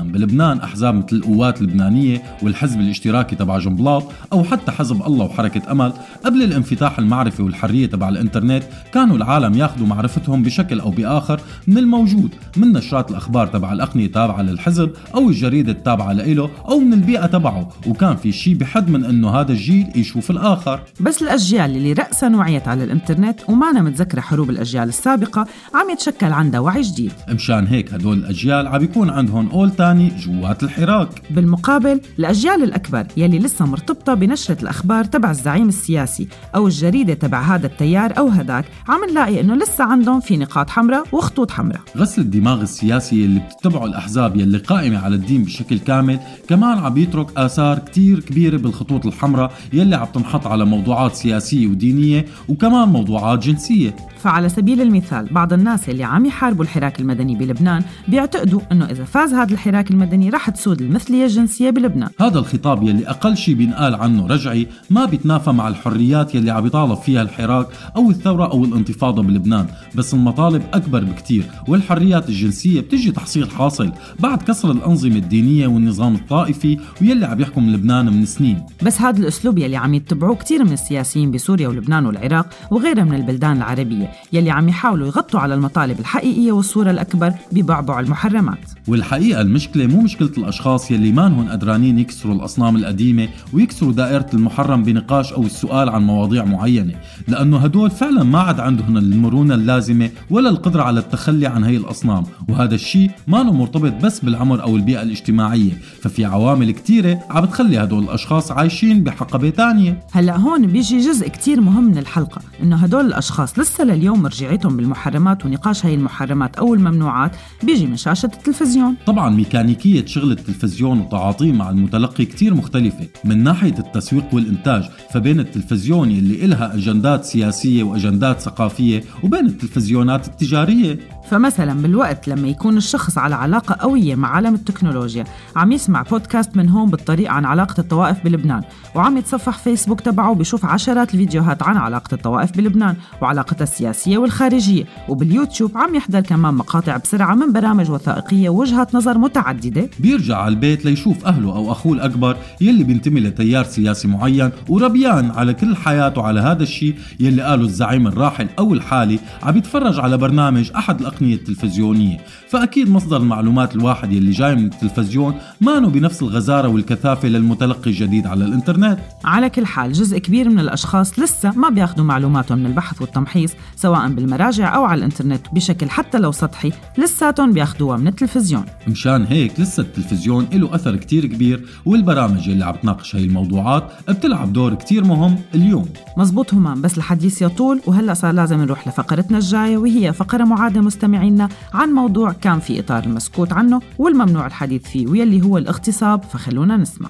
مثلا بلبنان أحزاب مثل القوات اللبنانية والحزب الاشتراكي تبع جنبلاط أو حتى حزب الله وحركة أمل، قبل الانفتاح المعرفي والحرية تبع الإنترنت كانوا العالم ياخذوا معرفتهم بشكل أو بآخر من الموجود، من نشرات الأخبار تبع الأقنية تابعة للحزب أو الجريدة التابعة له أو من البيئة تبعه، وكان في شيء بحد من أنه هذا الجيل يشوف الآخر. بس الأجيال اللي رأسا وعيت على الإنترنت ومانا متذكرة حروب الأجيال السابقة عم يتشكل عندها وعي جديد. مشان هيك هدول الأجيال عم بيكون عندهم قول تاني جوات الحراك. بالمقابل الأجيال الأكبر يلي لسه مرتبطة بنشرة الأخبار تبع الزعيم السياسي أو الجريدة تبع هذا التيار أو هداك، عم نلاقي إنه لسه عندهم في نقاط حمراء وخطوط حمراء. غسل الدماغ السياسي اللي بتتبعه الأحزاب يلي قائمة على الدين بشكل كامل كمان عم يترك آثار كتير كبيرة بالخطوط الحمراء يلي عم تنحط على موضوعات سياسية ودينية وكمان موضوعات جنسية. فعلى سبيل المثال بعض الناس اللي عم يحاربوا الحراك المدني بلبنان بيعتقدوا انه اذا فاز هذا الحراك المدني رح تسود المثلية الجنسية بلبنان. هذا الخطاب يلي اقل شيء بينقال عنه رجعي ما بيتنافى مع الحريات يلي عم يطالب فيها الحراك او الثورة او الانتفاضة بلبنان، بس المطالب اكبر بكتير، والحريات الجنسية بتجي تحصيل حاصل بعد كسر الانظمة الدينية والنظام الطائفي ويلي عم يحكم لبنان من سنين. بس هذا الاسلوب يلي عم يتبعوه كتير من السياسيين بسوريا ولبنان والعراق وغيرها من البلدان العربية يلي عم يحاولوا يغطوا على المطالب الحقيقية والصورة الأكبر ببعبع المحرمات. والحقيقة المشكلة مو مشكلة الأشخاص يلي ما هن قدرانين يكسروا الأصنام القديمة ويكسروا دائرة المحرم بنقاش أو السؤال عن مواضيع معينة، لأنه هدول فعلا ما عاد عندهم المرونة اللازمة ولا القدرة على التخلي عن هاي الأصنام، وهذا الشيء ما مرتبط بس بالعمر أو البيئة الاجتماعية، ففي عوامل كتيرة عم تخلي هدول الأشخاص عايشين بحقبة تانية. هلأ هون بيجي جزء كتير مهم من الحلقة، إنه هدول الأشخاص لسه لليوم مرجعيتهم بالمحرمات ونقاش هاي المحرمات أو الممنوعات بيجي من شاشة التلفزيون. طبعا ميكانيكية شغل التلفزيون وتعاطيه مع المتلقي كتير مختلفة من ناحية التسويق والإنتاج، فبين التلفزيون اللي إلها أجندات سياسية وأجندات ثقافية وبين التلفزيونات التجارية. فمثلا بالوقت لما يكون الشخص على علاقة قوية مع عالم التكنولوجيا عم يسمع بودكاست من هون بالطريق عن علاقة الطوائف بلبنان، وعم يتصفح فيسبوك تبعه وبيشوف عشرات الفيديوهات عن علاقة الطوائف بلبنان وعلاقتها السياسية والخارجية، وباليوتيوب عم يحضر كمان مقاطع بسرعة من برامج وثائقية ووجهات نظر متعددة. بيرجع على البيت ليشوف أهله أو أخوه الأكبر يلي بينتمي لتيار سياسي معين وربيان على كل حياته على هذا الشيء يلي قاله الزعيم الراحل أو الحالي، عم يتفرج على برنامج أحد الأقنية التلفزيونية، فأكيد مصدر المعلومات الواحد يلي جاي من التلفزيون مانو بنفس الغزارة والكثافة للمتلقي الجديد على الإنترنت. على كل حال جزء كبير من الأشخاص لسه ما بياخدوا معلوماتهم من البحث والتمحيص سواء بالمراجع أو على الإنترنت بشكل حتى لو سطحي، لساتهم بياخدوها من التلفزيون. مشان هيك لسه التلفزيون له أثر كتير كبير، والبرامج اللي عم تناقش هاي الموضوعات بتلعب دور كتير مهم اليوم. مزبوط همام، بس الحديث يطول وهلأ صار لازم نروح لفقرتنا الجاية، وهي فقرة معادة مستمعينا عن موضوع كان في إطار المسكوت عنه والممنوع الحديث فيه ويلي هو الاغتصاب، فخلونا نسمع.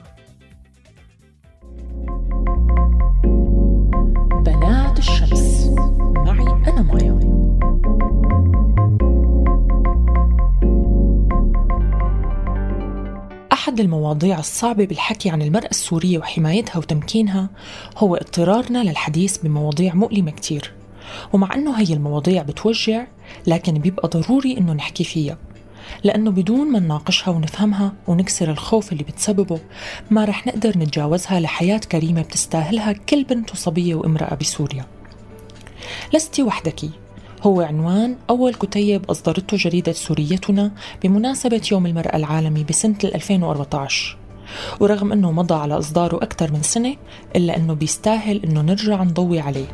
بنات الشمس معي أنا مايا. أحد المواضيع الصعبة بالحكي عن المرأة السورية وحمايتها وتمكينها هو اضطرارنا للحديث بمواضيع مؤلمة كتير، ومع أنه هي المواضيع بتوجع لكن بيبقى ضروري أنه نحكي فيها، لأنه بدون ما نناقشها ونفهمها ونكسر الخوف اللي بتسببه ما رح نقدر نتجاوزها لحياة كريمة بتستاهلها كل بنت وصبية وامرأة بسوريا. لستي وحدك هو عنوان أول كتيب أصدرته جريدة سوريتنا بمناسبة يوم المرأة العالمي بسنة ألفين وأربعة عشر، ورغم أنه مضى على إصداره أكثر من سنة إلا أنه بيستاهل أنه نرجع نضوي عليه.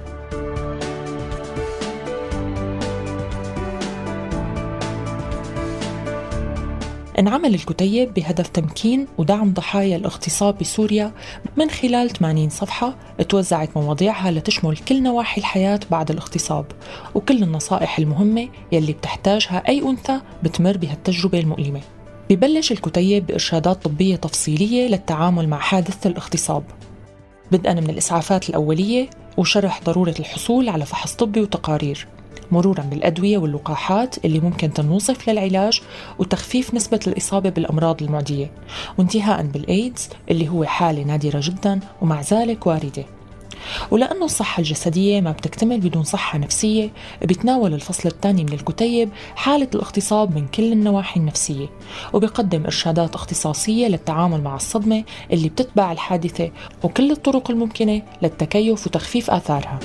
انعمل الكتيب بهدف تمكين ودعم ضحايا الاغتصاب بسوريا من خلال ثمانين صفحة توزعت مواضيعها لتشمل كل نواحي الحياة بعد الاغتصاب وكل النصائح المهمة يلي بتحتاجها أي أنثى بتمر بهالتجربة المؤلمة. ببلش الكتيب بإرشادات طبية تفصيلية للتعامل مع حادثة الاغتصاب، بدءاً من الإسعافات الأولية وشرح ضرورة الحصول على فحص طبي وتقارير، مروراً بالأدوية واللقاحات اللي ممكن تنوصف للعلاج وتخفيف نسبة الإصابة بالأمراض المعدية، وانتهاءً بالإيدز اللي هو حالة نادرة جداً ومع ذلك واردة. ولأنه الصحة الجسدية ما بتكتمل بدون صحة نفسية، بيتناول الفصل الثاني من الكتيب حالة الاغتصاب من كل النواحي النفسية، وبيقدم إرشادات اختصاصية للتعامل مع الصدمة اللي بتتبع الحادثة وكل الطرق الممكنة للتكيف وتخفيف آثارها.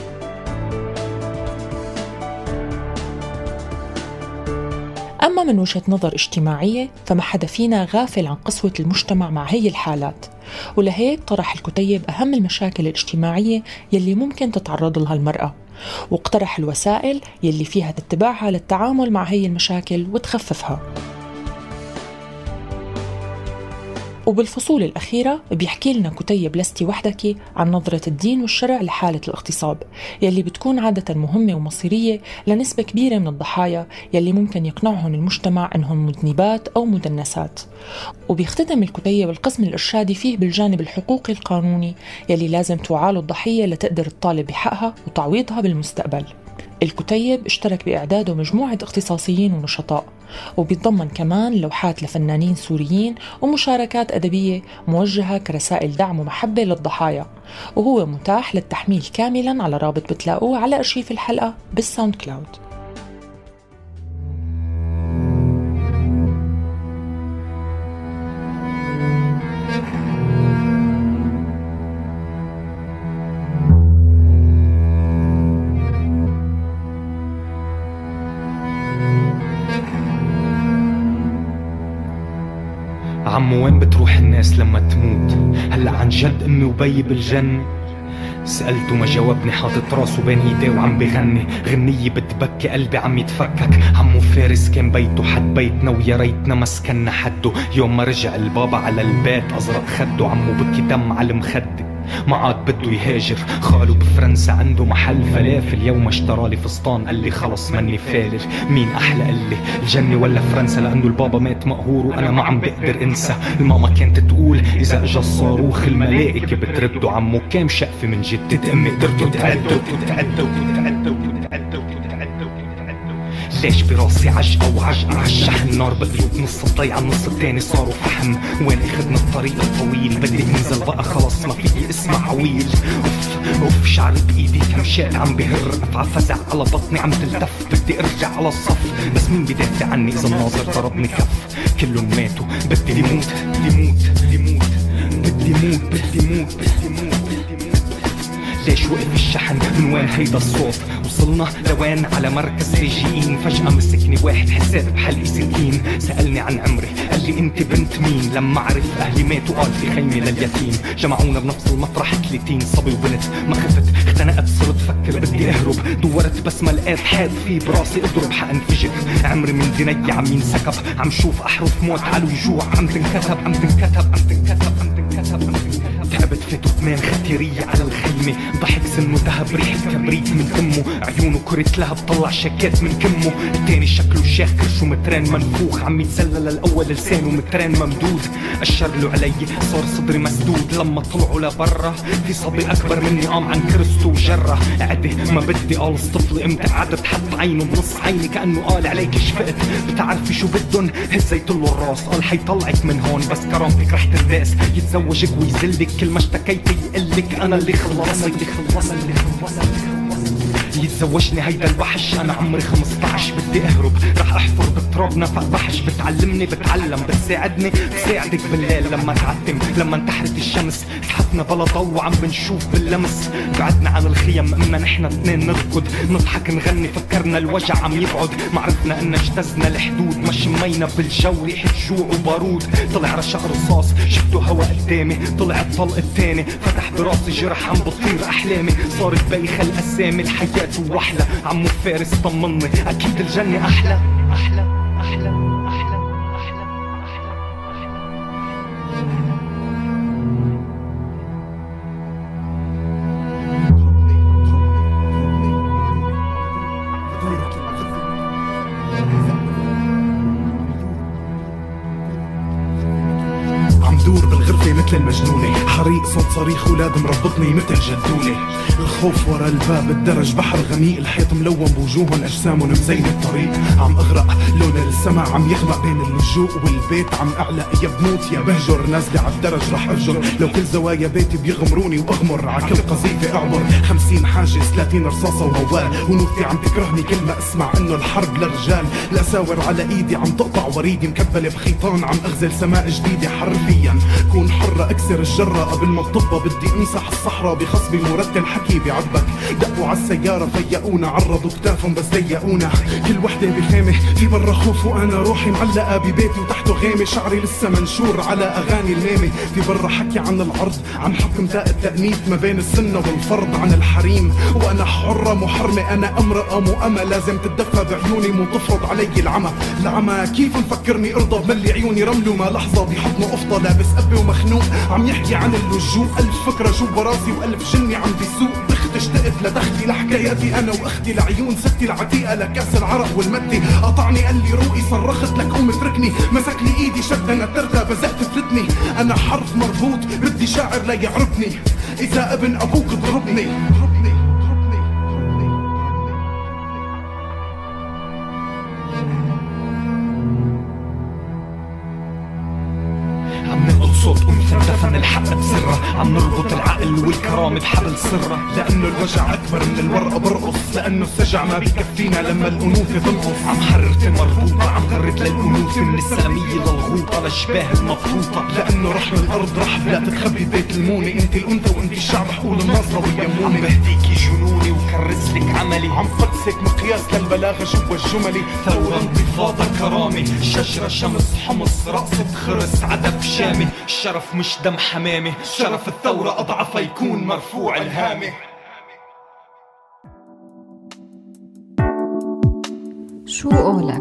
أما من وجهة نظر اجتماعية فما حدا فينا غافل عن قسوة المجتمع مع هي الحالات، ولهيك طرح الكتيب أهم المشاكل الاجتماعية يلي ممكن تتعرض لها المرأة، واقترح الوسائل يلي فيها تتبعها للتعامل مع هي المشاكل وتخففها. وبالفصول الأخيرة بيحكي لنا كتيب لستي وحدك عن نظرة الدين والشرع لحالة الاغتصاب يلي بتكون عادة مهمة ومصيرية لنسبة كبيرة من الضحايا يلي ممكن يقنعهم المجتمع أنهم مذنبات أو مدنسات. وبيختتم الكتيب القسم الإرشادي فيه بالجانب الحقوقي القانوني يلي لازم توعاله الضحية لتقدر تطالب بحقها وتعويضها بالمستقبل. الكتيب اشترك بإعداده مجموعة اختصاصيين ونشطاء، وبيتضمن كمان لوحات لفنانين سوريين ومشاركات أدبية موجهة كرسائل دعم ومحبة للضحايا، وهو متاح للتحميل كاملا على رابط بتلاقوه على أرشيف الحلقة بالساوند كلاود. عمو وين بتروح الناس لما تموت؟ هلأ عن جد أمي وبي بالجنة؟ سألته ما جاوبني، حاطط راسه بين ايديه وعم بغني غنية بتبكي قلبي عم يتفكك. عمو فارس كان بيته حد بيتنا ويا ريتنا مسكننا حده. يوم ما رجع البابا على البيت أزرق خده، عمو بكي دم على المخدة ما عاد بده يهاجر. خاله بفرنسا عنده محل فلافل، يوم اشترالي فستان قال لي خلص مني فالر. مين أحلى قال لي الجنة ولا فرنسا؟ لأنه البابا مات مقهور وأنا ما عم بقدر أنسى. الماما كانت تقول إذا اجا الصاروخ الملائكة بتردوا. عمو كام شقفة من جدة أمي قدرتوا تعدوا تعدوا تعدوا تعدوا ليش براسي عجقة وعجقة عالشحن؟ النار بقلوب نص الضيعة النص التاني صاروا فحم. وين اخدنا الطريق الطويل؟ بدي انزل بقى خلص ما فيي اسمع عويل. اوف اوف شعري بايدي كم شات عم بهر، افعى فزع على بطني عم تلتف. بدي ارجع على الصف بس مين بدافع عني اذا الناظر ضربني كف؟ كلهم ماتوا بدي موت بدي موت بدي موت بدي موت بدي موت بدي موت. ليش وقف الشحن؟ من وين هيدا الصوت؟ وصلنا لوين؟ على مركز لاجئين. فجأة مسكني واحد حسيت بحلقي سكين، سألني عن عمري قال لي انت بنت مين؟ لما عرف اهلي ماتوا قال في خيمة لليتيم. جمعونا بنفس المطرح ثلاثين صبي وبنت. ما خفت اختنقت صرت فكر بدي اهرب، دورت بس ما لقيت حاد في براسي اضرب حانفجر. عمري من دنيا عم ينسكب، عم شوف احرف موت على الوجوع عم تنكتب عم تنكتب عم تنكتب عم تنكتب عم تنكتب. تعبت فاتوا ثمان ختيرية على الخيمة، ضحك سنه ذهب ريحة كبريت من فمه، عيونه كرة لهب طلع شكات من كمه. التاني شكله شيخ كرشه مترين منفوخ، عم يتسلل الاول لسانه مترين ممدود. اشر له علي صار صدري مسدود. لما طلعوا لبرا في صبي اكبر مني قام عن كرسته وجره. عده ما بدي قال الطفل امتى قعدت حط عينه بنص عيني كانه قال عليك شفقت. بتعرفي شو بدن؟ هزيت له الراس قال حيطلعك من هون بس كرامتك رح تنداس. يتزوجك ويذلك كل ما اشتكيتي يقلك انا اللي خلصت اللي خلصت اللي خلصت. يتزوجني هيدا الوحش انا عمري خمسطعش بدي اهرب رح احفر بالتراب نفق بحش. بتعلمني بتعلم بتساعدني بساعدك بالليل لما تعتم لما انتحرت الشمس. تحتنا بلا ضو وعم بنشوف باللمس. بعدنا عن الخيم اما نحنا اثنين نركض نضحك نغني فكرنا الوجع عم يبعد. ما عرفنا ان اجتزنا الحدود ما شمينا بالجو ريحة جوع وبارود. طلع رشق رصاص شفته هوا قدامي طلع الطلق الثاني فتح براسي جرح عم بطير احلامي. صارت بايخة الاسامي الحياة وحلة. عمو فارس طمني اكيد الجنة احلى احلى احلى احلى احلى عم دور بالغرفة مثل المجنونة، حريق صوت صريخ ولاد مربطني مثل جدولة. الخوف ورا الباب الدرج بحر غميق، الحيط ملون بوجوهن أجسامهم مزين الطريق. عم أغرق لون السما عم يغمق بين اللجوء والبيت، عم أعلق يا بموت يا بهجر، نازلة عالدرج رح أفجر. لو كل زوايا بيتي بيغمروني وأغمر عكل قذيفة أعبر. خمسين حاجز ثلاثين رصاصة وهوال، ونوتي عم تكرهني كل ما أسمع إنه الحرب للرجال. الأساور على إيدي عم تقطع وريدي، مكبلة بخيطان عم أغزل سماء جديدة. حرفيا كون حرة أكسر الجرة قبل ما تطبى، بدي أمسح الصحراء بخصبي مرتل حكي بعبك. دقوا عالسيارة فيقونا، عرضوا كتافهم بس ضيقونا. كل وحدة بخيمة في برا خوف، وأنا روحي معلقة ببيتي وتحته غيمة. شعري لسه منشور على أغاني الميمة. في برا حكي عن العرض، عم حكم داء التأنيث ما بين السنة والفرض. عن الحريم وأنا حرة محرمة، أنا امرأة مؤمة لازم تتدفى بعيوني مو تفرض علي العمى. العمى كيف مفكرني ارضى بملي عيوني رمل وما لحظة بحضنه قفطة. لابس أبي ومخنوق عم يحكي عن اللجوء، ألف فكرة جوا راسي وألف جني عم بيسوق. بخت اشتقت لدختي لحكاياتي أنا وأختي، لعيون ستي العتيقة لكاس العرق والمدي. قطعني قال لي روقي صرخت لك قوم اتركني، مسك لي ايدي شد انا ترتها بزقت فلتني. انا حرف مربوط بدي شاعر لا يعرفني، اذا ابن ابوك ضربني. عم نلقط صوت أنثى دفن الحق بسرة، عم نربط العقل والكرامة بحبل سرة. لأنه الوجع أكبر من الورقة برقص، لأنه السجع ما بيكفينا لما الأنوثة تنقص. عم حررت مربوطة، عم غرت للأنوثة من السلامية للغوطة للشباه المفروطة. لأنه رحم الأرض رحب لا تتخبي بيت المونة. انت الأنثى وانت الشعب حقول الناصرة واليمونة. عم بهديكي جنوني وكرس لك عملي، عم قدسك مقياس للبلاغة جوا الجملي. ثورة انتفاضة كرامة، شجرة شمس حمص رقصة خرس عدف شامي. الشرف مش دم حمامي، شرف الثورة أضعف يكون مرفوع الهامة. شو قولك؟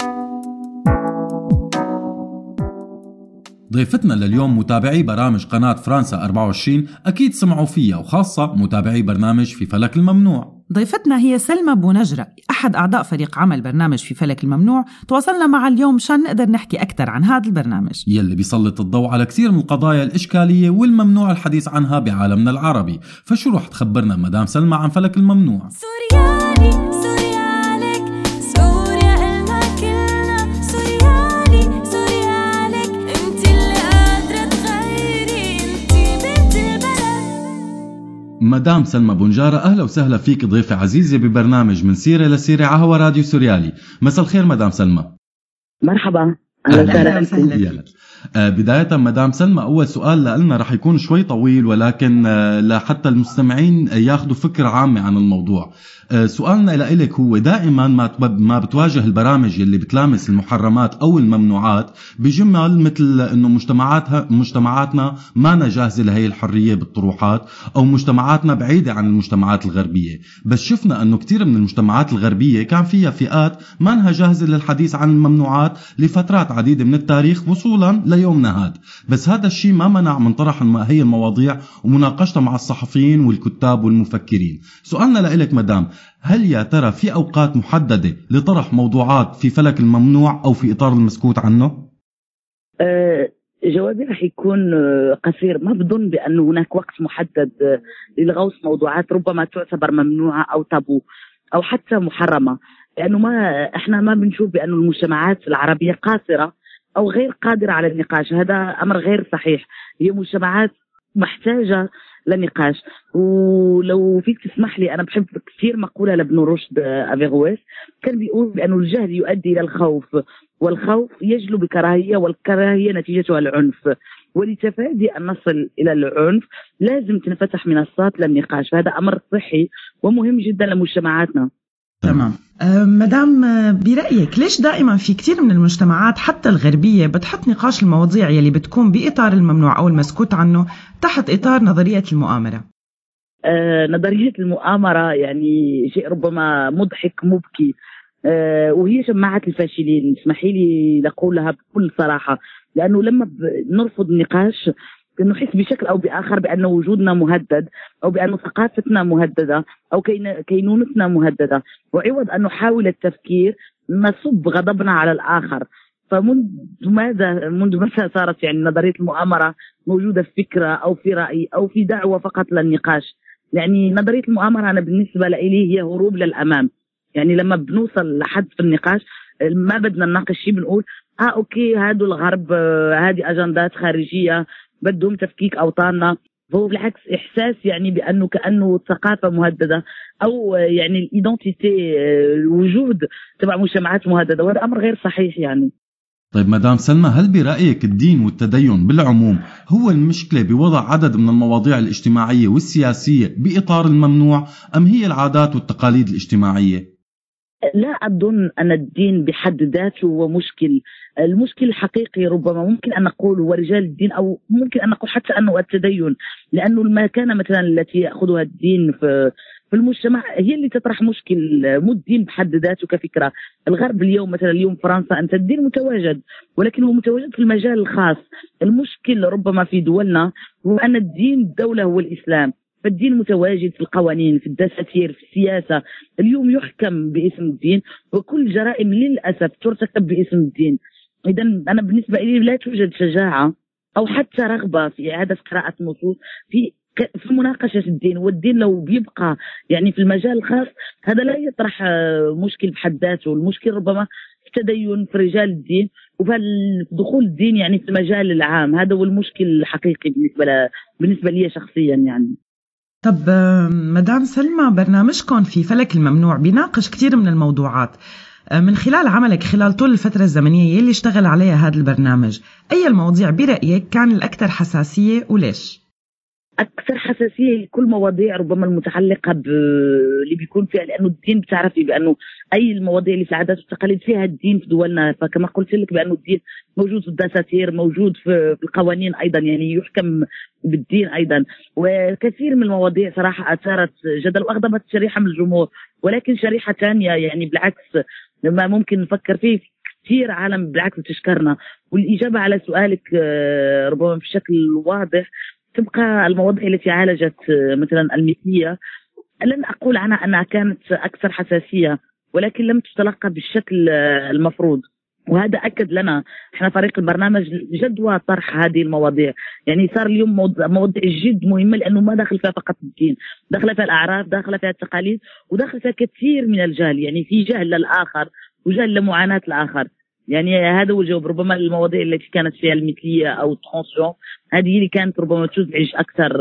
ضيفتنا لليوم متابعي برامج قناة فرنسا أربعة وعشرين أكيد سمعوا فيها، وخاصة متابعي برنامج في فلك الممنوع. ضيفتنا هي سلمى بونجرة، أحد أعضاء فريق عمل برنامج في فلك الممنوع. تواصلنا مع اليوم مشان نقدر نحكي أكثر عن هذا البرنامج يلي بيسلط الضوء على كثير من القضايا الإشكالية والممنوع الحديث عنها بعالمنا العربي. فشو رح تخبرنا مدام سلمى عن فلك الممنوع؟ سوريالي سوريالك سوريا إلنا كلنا، سوريالي سوريالك انت اللي قادرة تغيري، انت بنت البلد. مدام سلمى بونجارة، أهلا وسهلا فيك ضيفة عزيزة ببرنامج من سيرة لسيرة على هوا راديو سوريالي. مساء الخير مدام سلمى. مرحبا، أهلا وسهلا. آه بداية مدام سلمى، أول سؤال لنا رح يكون شوي طويل، ولكن آه لحتى المستمعين ياخدوا فكرة عامة عن الموضوع. آه سؤالنا لإلك هو دائما ما ما بتواجه البرامج اللي بتلامس المحرمات أو الممنوعات بجمل مثل إنه مجتمعاتها مجتمعاتنا ما جاهزة لهي الحرية بالطروحات، أو مجتمعاتنا بعيدة عن المجتمعات الغربية. بس شفنا إنه كتير من المجتمعات الغربية كان فيها فئات ما انها جاهزة للحديث عن الممنوعات لفترات عديدة من التاريخ وصولا ليومنا هذا. بس هذا الشيء ما منع من طرح هي المواضيع ومناقشتها مع الصحفيين والكتاب والمفكرين. سؤالنا لإلك مدام، هل يا ترى في أوقات محددة لطرح موضوعات في فلك الممنوع أو في إطار المسكوت عنه؟ أه جوابي رح يكون قصير. ما بظن بأنه هناك وقت محدد للغوص موضوعات ربما تعتبر ممنوعة أو تابو أو حتى محرمة، لأنه ما إحنا ما بنشوف بأنه المجتمعات العربية قاصرة أو غير قادرة على النقاش. هذا أمر غير صحيح. هي مجتمعات محتاجة للنقاش. ولو فيك تسمح لي، أنا بحب كثير مقولة لابن رشد أفيغويس، كان بيقول بأنه الجهل يؤدي إلى الخوف، والخوف يجلب بكراهية، والكراهية نتيجتها العنف. ولتفادي أن نصل إلى العنف لازم تنفتح منصات للنقاش. هذا أمر صحي ومهم جدا لمجتمعاتنا. تمام. أه مدام، برأيك ليش دائما في كتير من المجتمعات حتى الغربية بتحط نقاش المواضيع يلي بتكون بإطار الممنوع أو المسكوت عنه تحت إطار نظرية المؤامرة؟ أه نظرية المؤامرة يعني شيء ربما مضحك مبكي، أه وهي شماعة الفاشلين. اسمحي لي لأقولها بكل صراحة، لأنه لما نرفض النقاش نحس بشكل أو بآخر بأن وجودنا مهدد، أو بأن ثقافتنا مهددة، أو كينونتنا مهددة. وعوض أن نحاول التفكير نصب غضبنا على الآخر. فمنذ ماذا منذ متى صارت يعني نظرية المؤامرة موجودة في فكرة أو في رأي أو في دعوة فقط للنقاش؟ يعني نظرية المؤامرة أنا بالنسبة لي هي هروب للأمام. يعني لما بنوصل لحد في النقاش ما بدنا نناقش شيء بنقول اه اوكي هادو الغرب آه هذه اجندات خارجية بدهم تفكيك اوطاننا. فهو بالعكس احساس يعني بانه كانه ثقافه مهدده او يعني الايدنتيتي الوجود تبع مجتمعات مهدده، وهذا امر غير صحيح يعني. طيب مدام سلمى، هل برأيك الدين والتدين بالعموم هو المشكلة بوضع عدد من المواضيع الاجتماعية والسياسية بإطار الممنوع، أم هي العادات والتقاليد الاجتماعية؟ لا أظن أن الدين بحد ذاته هو مشكل. المشكل الحقيقي ربما ممكن أن نقول هو رجال الدين، أو ممكن أن نقول حتى أنه التدين، لأنه المكانة مثلا التي يأخذها الدين في في المجتمع هي اللي تطرح مشكل، مو الدين بحد ذاته كفكرة. الغرب اليوم مثلا اليوم فرنسا أنت الدين متواجد، ولكن هو متواجد في المجال الخاص. المشكل ربما في دولنا هو أن الدين الدولة هو الإسلام، فالدين متواجد في القوانين، في الدساتير، في السياسة. اليوم يحكم باسم الدين، وكل جرائم للأسف ترتكب باسم الدين. إذا أنا بالنسبة لي لا توجد شجاعة أو حتى رغبة في إعادة قراءة النصوص في في مناقشة الدين. والدين لو بيبقى يعني في المجال الخاص هذا لا يطرح مشكل بحد ذاته. المشكل ربما في التدين في رجال الدين وفي دخول الدين يعني في المجال العام. هذا هو المشكل الحقيقي بالنسبة ل... بالنسبة لي شخصيا يعني. طب مدام سلمى، برنامجكم في فلك الممنوع بيناقش كتير من الموضوعات. من خلال عملك خلال طول الفترة الزمنية يلي اشتغل عليها هذا البرنامج، أي المواضيع برأيك كان الأكثر حساسية وليش؟ أكثر حساسية كل مواضيع ربما المتعلقة باللي بيكون فيها، لأنه الدين بتعرفي بأنه أي المواضيع اللي في العادات والتقاليد فيها الدين في دولنا. فكما قلت لك بأنه الدين موجود في الدساتير، موجود في القوانين أيضا، يعني يحكم بالدين أيضا. وكثير من المواضيع صراحة أثارت جدل وأغضبت شريحة من الجمهور، ولكن شريحة ثانية يعني بالعكس لما ممكن نفكر فيه كثير عالم بالعكس تشكرنا. والإجابة على سؤالك ربما بشكل واضح تبقى المواضيع التي عالجت مثلا المثلية، لن أقول عنها أنها كانت أكثر حساسية، ولكن لم تتلقى بالشكل المفروض. وهذا أكد لنا احنا فريق البرنامج جدوى طرح هذه المواضيع. يعني صار اليوم مواضيع جد مهمة، لأنه ما داخل فيها فقط الدين، داخل فيها الأعراف، داخل فيها التقاليد، وداخل فيها كثير من الجهل. يعني في جهل للآخر وجهل لمعاناة الآخر. يعني هذا هو الجواب. ربما المواضيع التي كانت فيها المثلية أو الترانسيون هذه اللي كانت ربما تزعج أكثر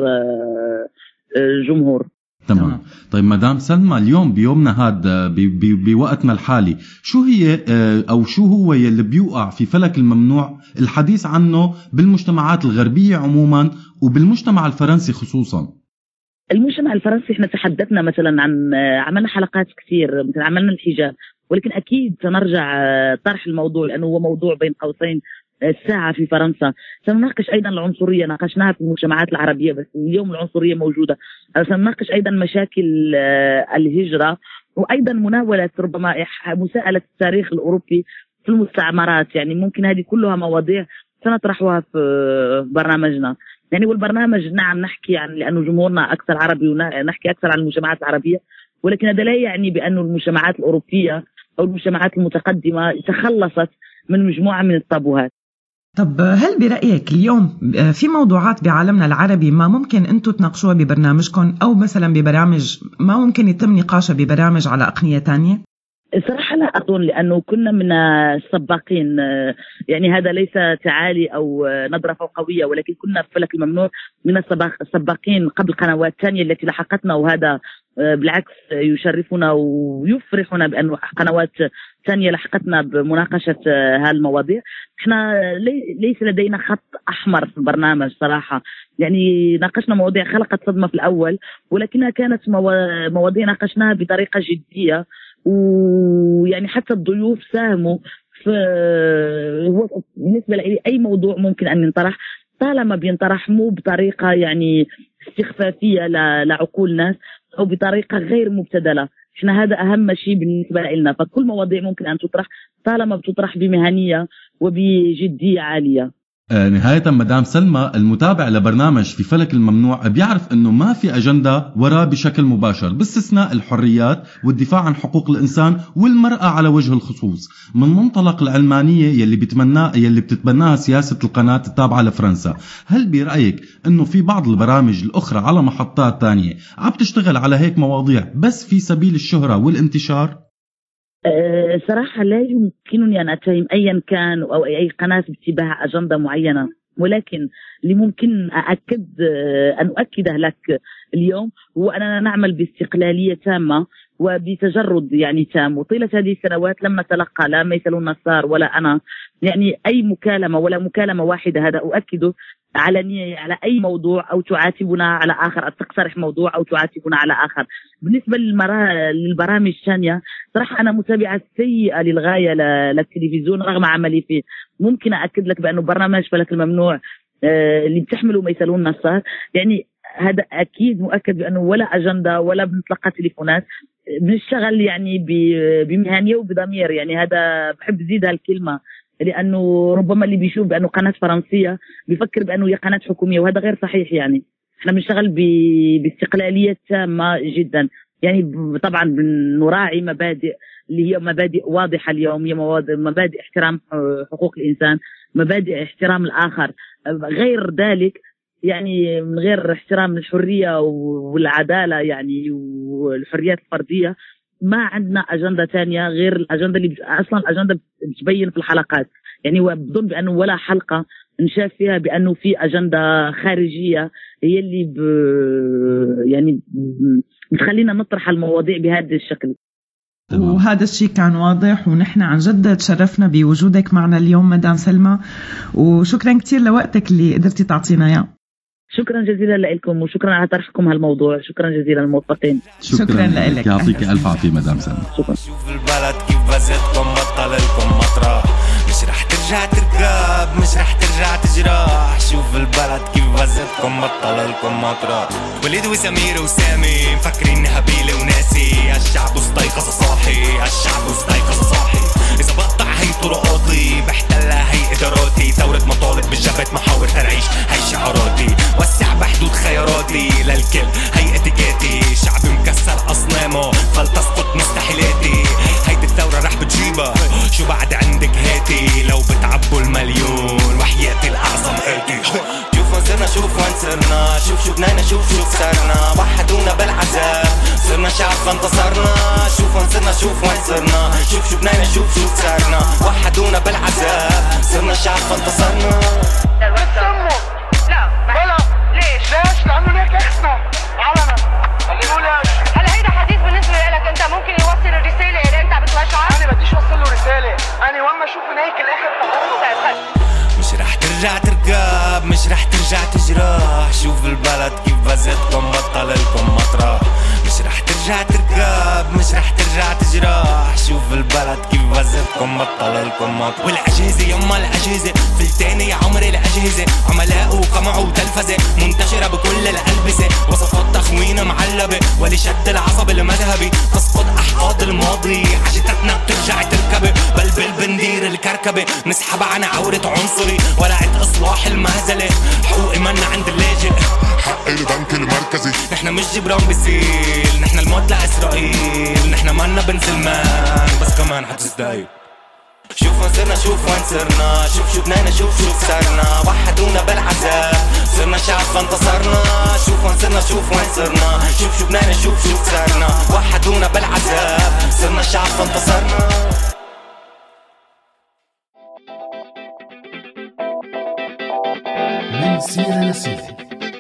الجمهور. تمام. طيب مدام سلمى، اليوم بيومنا هذا بوقتنا الحالي شو هي أو شو هو يلي بيوقع في فلك الممنوع الحديث عنه بالمجتمعات الغربية عموما وبالمجتمع الفرنسي خصوصا؟ المجتمع الفرنسي احنا تحدثنا مثلا عن عملنا حلقات كثير، مثلا عملنا الحجاب، ولكن أكيد سنرجع طرح الموضوع لأنه هو موضوع بين قوسين الساعة في فرنسا. سنناقش أيضا العنصرية، ناقشناها في المجتمعات العربية بس اليوم العنصرية موجودة. سنناقش أيضا مشاكل الهجرة، وأيضا مناولة ربما مساءلة التاريخ الأوروبي في المستعمرات. يعني ممكن هذه كلها مواضيع سنطرحها في برنامجنا. يعني والبرنامج نعم نحكي عن لأنه جمهورنا أكثر عربي ونحكي أكثر عن المجتمعات العربية، ولكن هذا لا يعني بأنه المجتمعات الأوروبية أو المجتمعات المتقدمة تخلصت من مجموعة من الطابوهات. طب هل برأيك اليوم في موضوعات بعالمنا العربي ما ممكن أنتوا تناقشوها ببرنامجكم، أو مثلا ببرامج ما ممكن يتم نقاشها ببرامج على أقنية تانية؟ صراحة لا أظن، لأنه كنا من السباقين. يعني هذا ليس تعالي أو نظرة فوقوية، ولكن كنا في فلك الممنوع من السباقين قبل قنوات ثانية التي لحقتنا، وهذا بالعكس يشرفنا ويفرحنا بأن قنوات ثانية لحقتنا بمناقشة هالمواضيع. احنا ليس لدينا خط أحمر في البرنامج صراحة. يعني ناقشنا مواضيع خلقت صدمة في الأول، ولكنها كانت مواضيع ناقشناها بطريقة جدية، ويعني حتى الضيوف ساهموا في. بالنسبة لي أي موضوع ممكن أن ينطرح طالما بينطرح مو بطريقة يعني استخفافية لعقول الناس أو بطريقة غير مبتذلة. إحنا هذا أهم شيء بالنسبة لنا. فكل مواضيع ممكن أن تطرح طالما بتطرح بمهنية وبجدية عالية. آه نهاية مدام سلمى، المتابع لبرنامج في فلك الممنوع بيعرف انه ما في اجندة وراه بشكل مباشر باستثناء الحريات والدفاع عن حقوق الانسان والمرأة على وجه الخصوص، من منطلق العلمانية يلي بتمناه يلي بتتبناها سياسة القناة التابعة لفرنسا. هل برأيك انه في بعض البرامج الاخرى على محطات تانية عم تشتغل على هيك مواضيع بس في سبيل الشهرة والانتشار؟ أه صراحة لا يمكنني أن أتهم أيا كان أو أي قناة باتباع أجندة معينة، ولكن اللي ممكن أأكد أن أؤكده لك اليوم هو أننا نعمل باستقلالية تامة وبتجرد يعني تام. وطيلة هذه السنوات لم نتلقى لا ميسلون نصار ولا أنا يعني أي مكالمة ولا مكالمة واحدة، هذا أؤكده علنية، على أي موضوع أو تعاتبنا على آخر، أو تقترح موضوع أو تعاتبنا على آخر. بالنسبة للبرامج الثانية صراحة أنا متابعة سيئة للغاية للتلفزيون رغم عملي فيه. ممكن أأكد لك بأنه برنامج فلك الممنوع اللي بتحمله ميسلون نصار يعني هذا أكيد مؤكد بأنه ولا أجندة ولا بنتلقى تليفونات، بنشتغل يعني بمهنية وبضمير. يعني هذا بحب زيد هالكلمة، لأنه ربما اللي بيشوف بأنه قناة فرنسية بيفكر بأنه هي قناة حكومية، وهذا غير صحيح. يعني احنا بنشتغل باستقلالية تامة جدا، يعني طبعا بنراعي مبادئ اللي هي مبادئ واضحة اليوم، هي مبادئ احترام حقوق الإنسان، مبادئ احترام الآخر. غير ذلك يعني من غير احترام الحرية والعدالة يعني والحريات الفردية ما عندنا أجندة تانية غير الأجندة اللي أصلا الأجندة بتبين في الحلقات. يعني وبظن بأنه ولا حلقة نشاف فيها بأنه في أجندة خارجية هي اللي ب يعني بتخلينا نطرح المواضيع بهذا الشكل. وهذا الشيء كان واضح، ونحن عن جد تشرفنا بوجودك معنا اليوم مدام سلمى، وشكرا كتير لوقتك اللي قدرتي تعطينا اياه. شكرا جزيلا لكم وشكرا على طرحكم هالموضوع. شكرا جزيلا للموفقين. شكرا, شكرا لك، يعطيك الف عافيه مدام سلمى. شكرا. شوف البلد كيف بزتكم بطل لكم مطرح، مش رح ترجع تركب مش رح ترجع تجرح. شوف البلد كيف بزتكم بطل لكم مطرح. وليد وسمير وسامي مفكرين هبيله وناسي، الشعب استيقظ صاحي الشعب استيقظ صاحي. اذا بقطع هي طرقاتي بحتلها هي اداراتي، ثوره مطالب بالجبهه محاور تنعيش هي شعاراتي. وسع بحدود خياراتي للكل هي اتيكيتي، شعب مكسر اصنامه فلتسقط مستحيلاتي. هيدي الثوره رح بتجيبها شو بعد عندك هاتي، لو بتعبوا المليون وحياتي الاعظم اتي. شوف وين صرنا شوف وين صرنا، شوف شو بنينا شوف شو خسرنا. وحدونا بالعذاب صرنا شعب فانتصرنا. شوف وين صرنا شوف وين صرنا، شوف شو بنينا شوف شو خسرنا. وحدونا بالعذاب صرنا شعب فانتصرنا. بتسموا لا بلا ليش؟ ليش؟ لأنه ليك اخصنا علنا. خليني ليش؟ هلا هيدا حديث بالنسبة لك أنت ممكن يوصل الرسالة اللي أنت بتوجعها؟ أنا بديش أوصل له رسالة، أنا وين ما أشوف من هيك الآخر تقول مش رح ترجع تركب مش رح ترجع تجرح. شوف البلد كيف بزتكم بطل لكم مطرح، مش رح ترجع تركب مش رح ترجع تجرح. شوف البلد كيف بزتكم بطل لكم مطرح. والأجهزة يما الأجهزة فلتاني يا عمري الأجهزة، عملاء وقمع وتلفزة منتشرة بكل الألبسة. وصفات تخوين معلبة ولشد العصب المذهبي، تسقط أحقاد الماضي عجتتنا بترجع تركبي. بلبل بندير الكركبة نسحب عن عورة عنصري ولعت إصلاح المهزلة. حقوقي منا عند اللاجئ حق البنك المركزي. نحنا مش جبران بسيل، نحنا الموت لإسرائيل. نحنا منا بن سلمان بس كمان حتستايل. شوف وين صرنا شوف وين صرنا، شوف شو بنينا شوف شو خسرنا. وحدونا بالعذاب صرنا شعب فانتصرنا. شوف وين صرنا شوف وين صرنا، شوف شو بنينا شوف شو خسرنا. وحدونا بالعذاب صرنا شعب فانتصرنا. من سيرة لسيرة.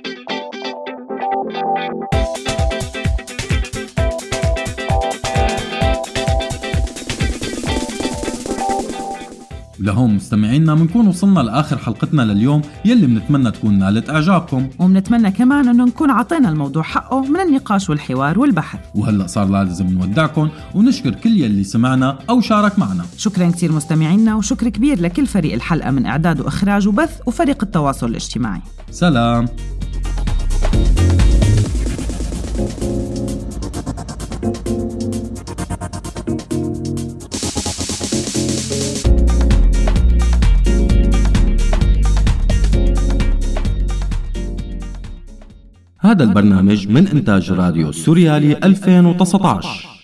لهم مستمعينا منكون وصلنا لآخر حلقتنا لليوم، يلي منتمنى تكون نالت إعجابكم، ومنتمنى كمان أنه نكون عطينا الموضوع حقه من النقاش والحوار والبحث. وهلأ صار لازم نودعكم ونشكر كل يلي سمعنا أو شارك معنا. شكرا كتير مستمعينا، وشكر كبير لكل فريق الحلقة من إعداد وإخراج وبث وفريق التواصل الاجتماعي. سلام. هذا البرنامج من إنتاج راديو سوريالي ألفين وتسعة عشر.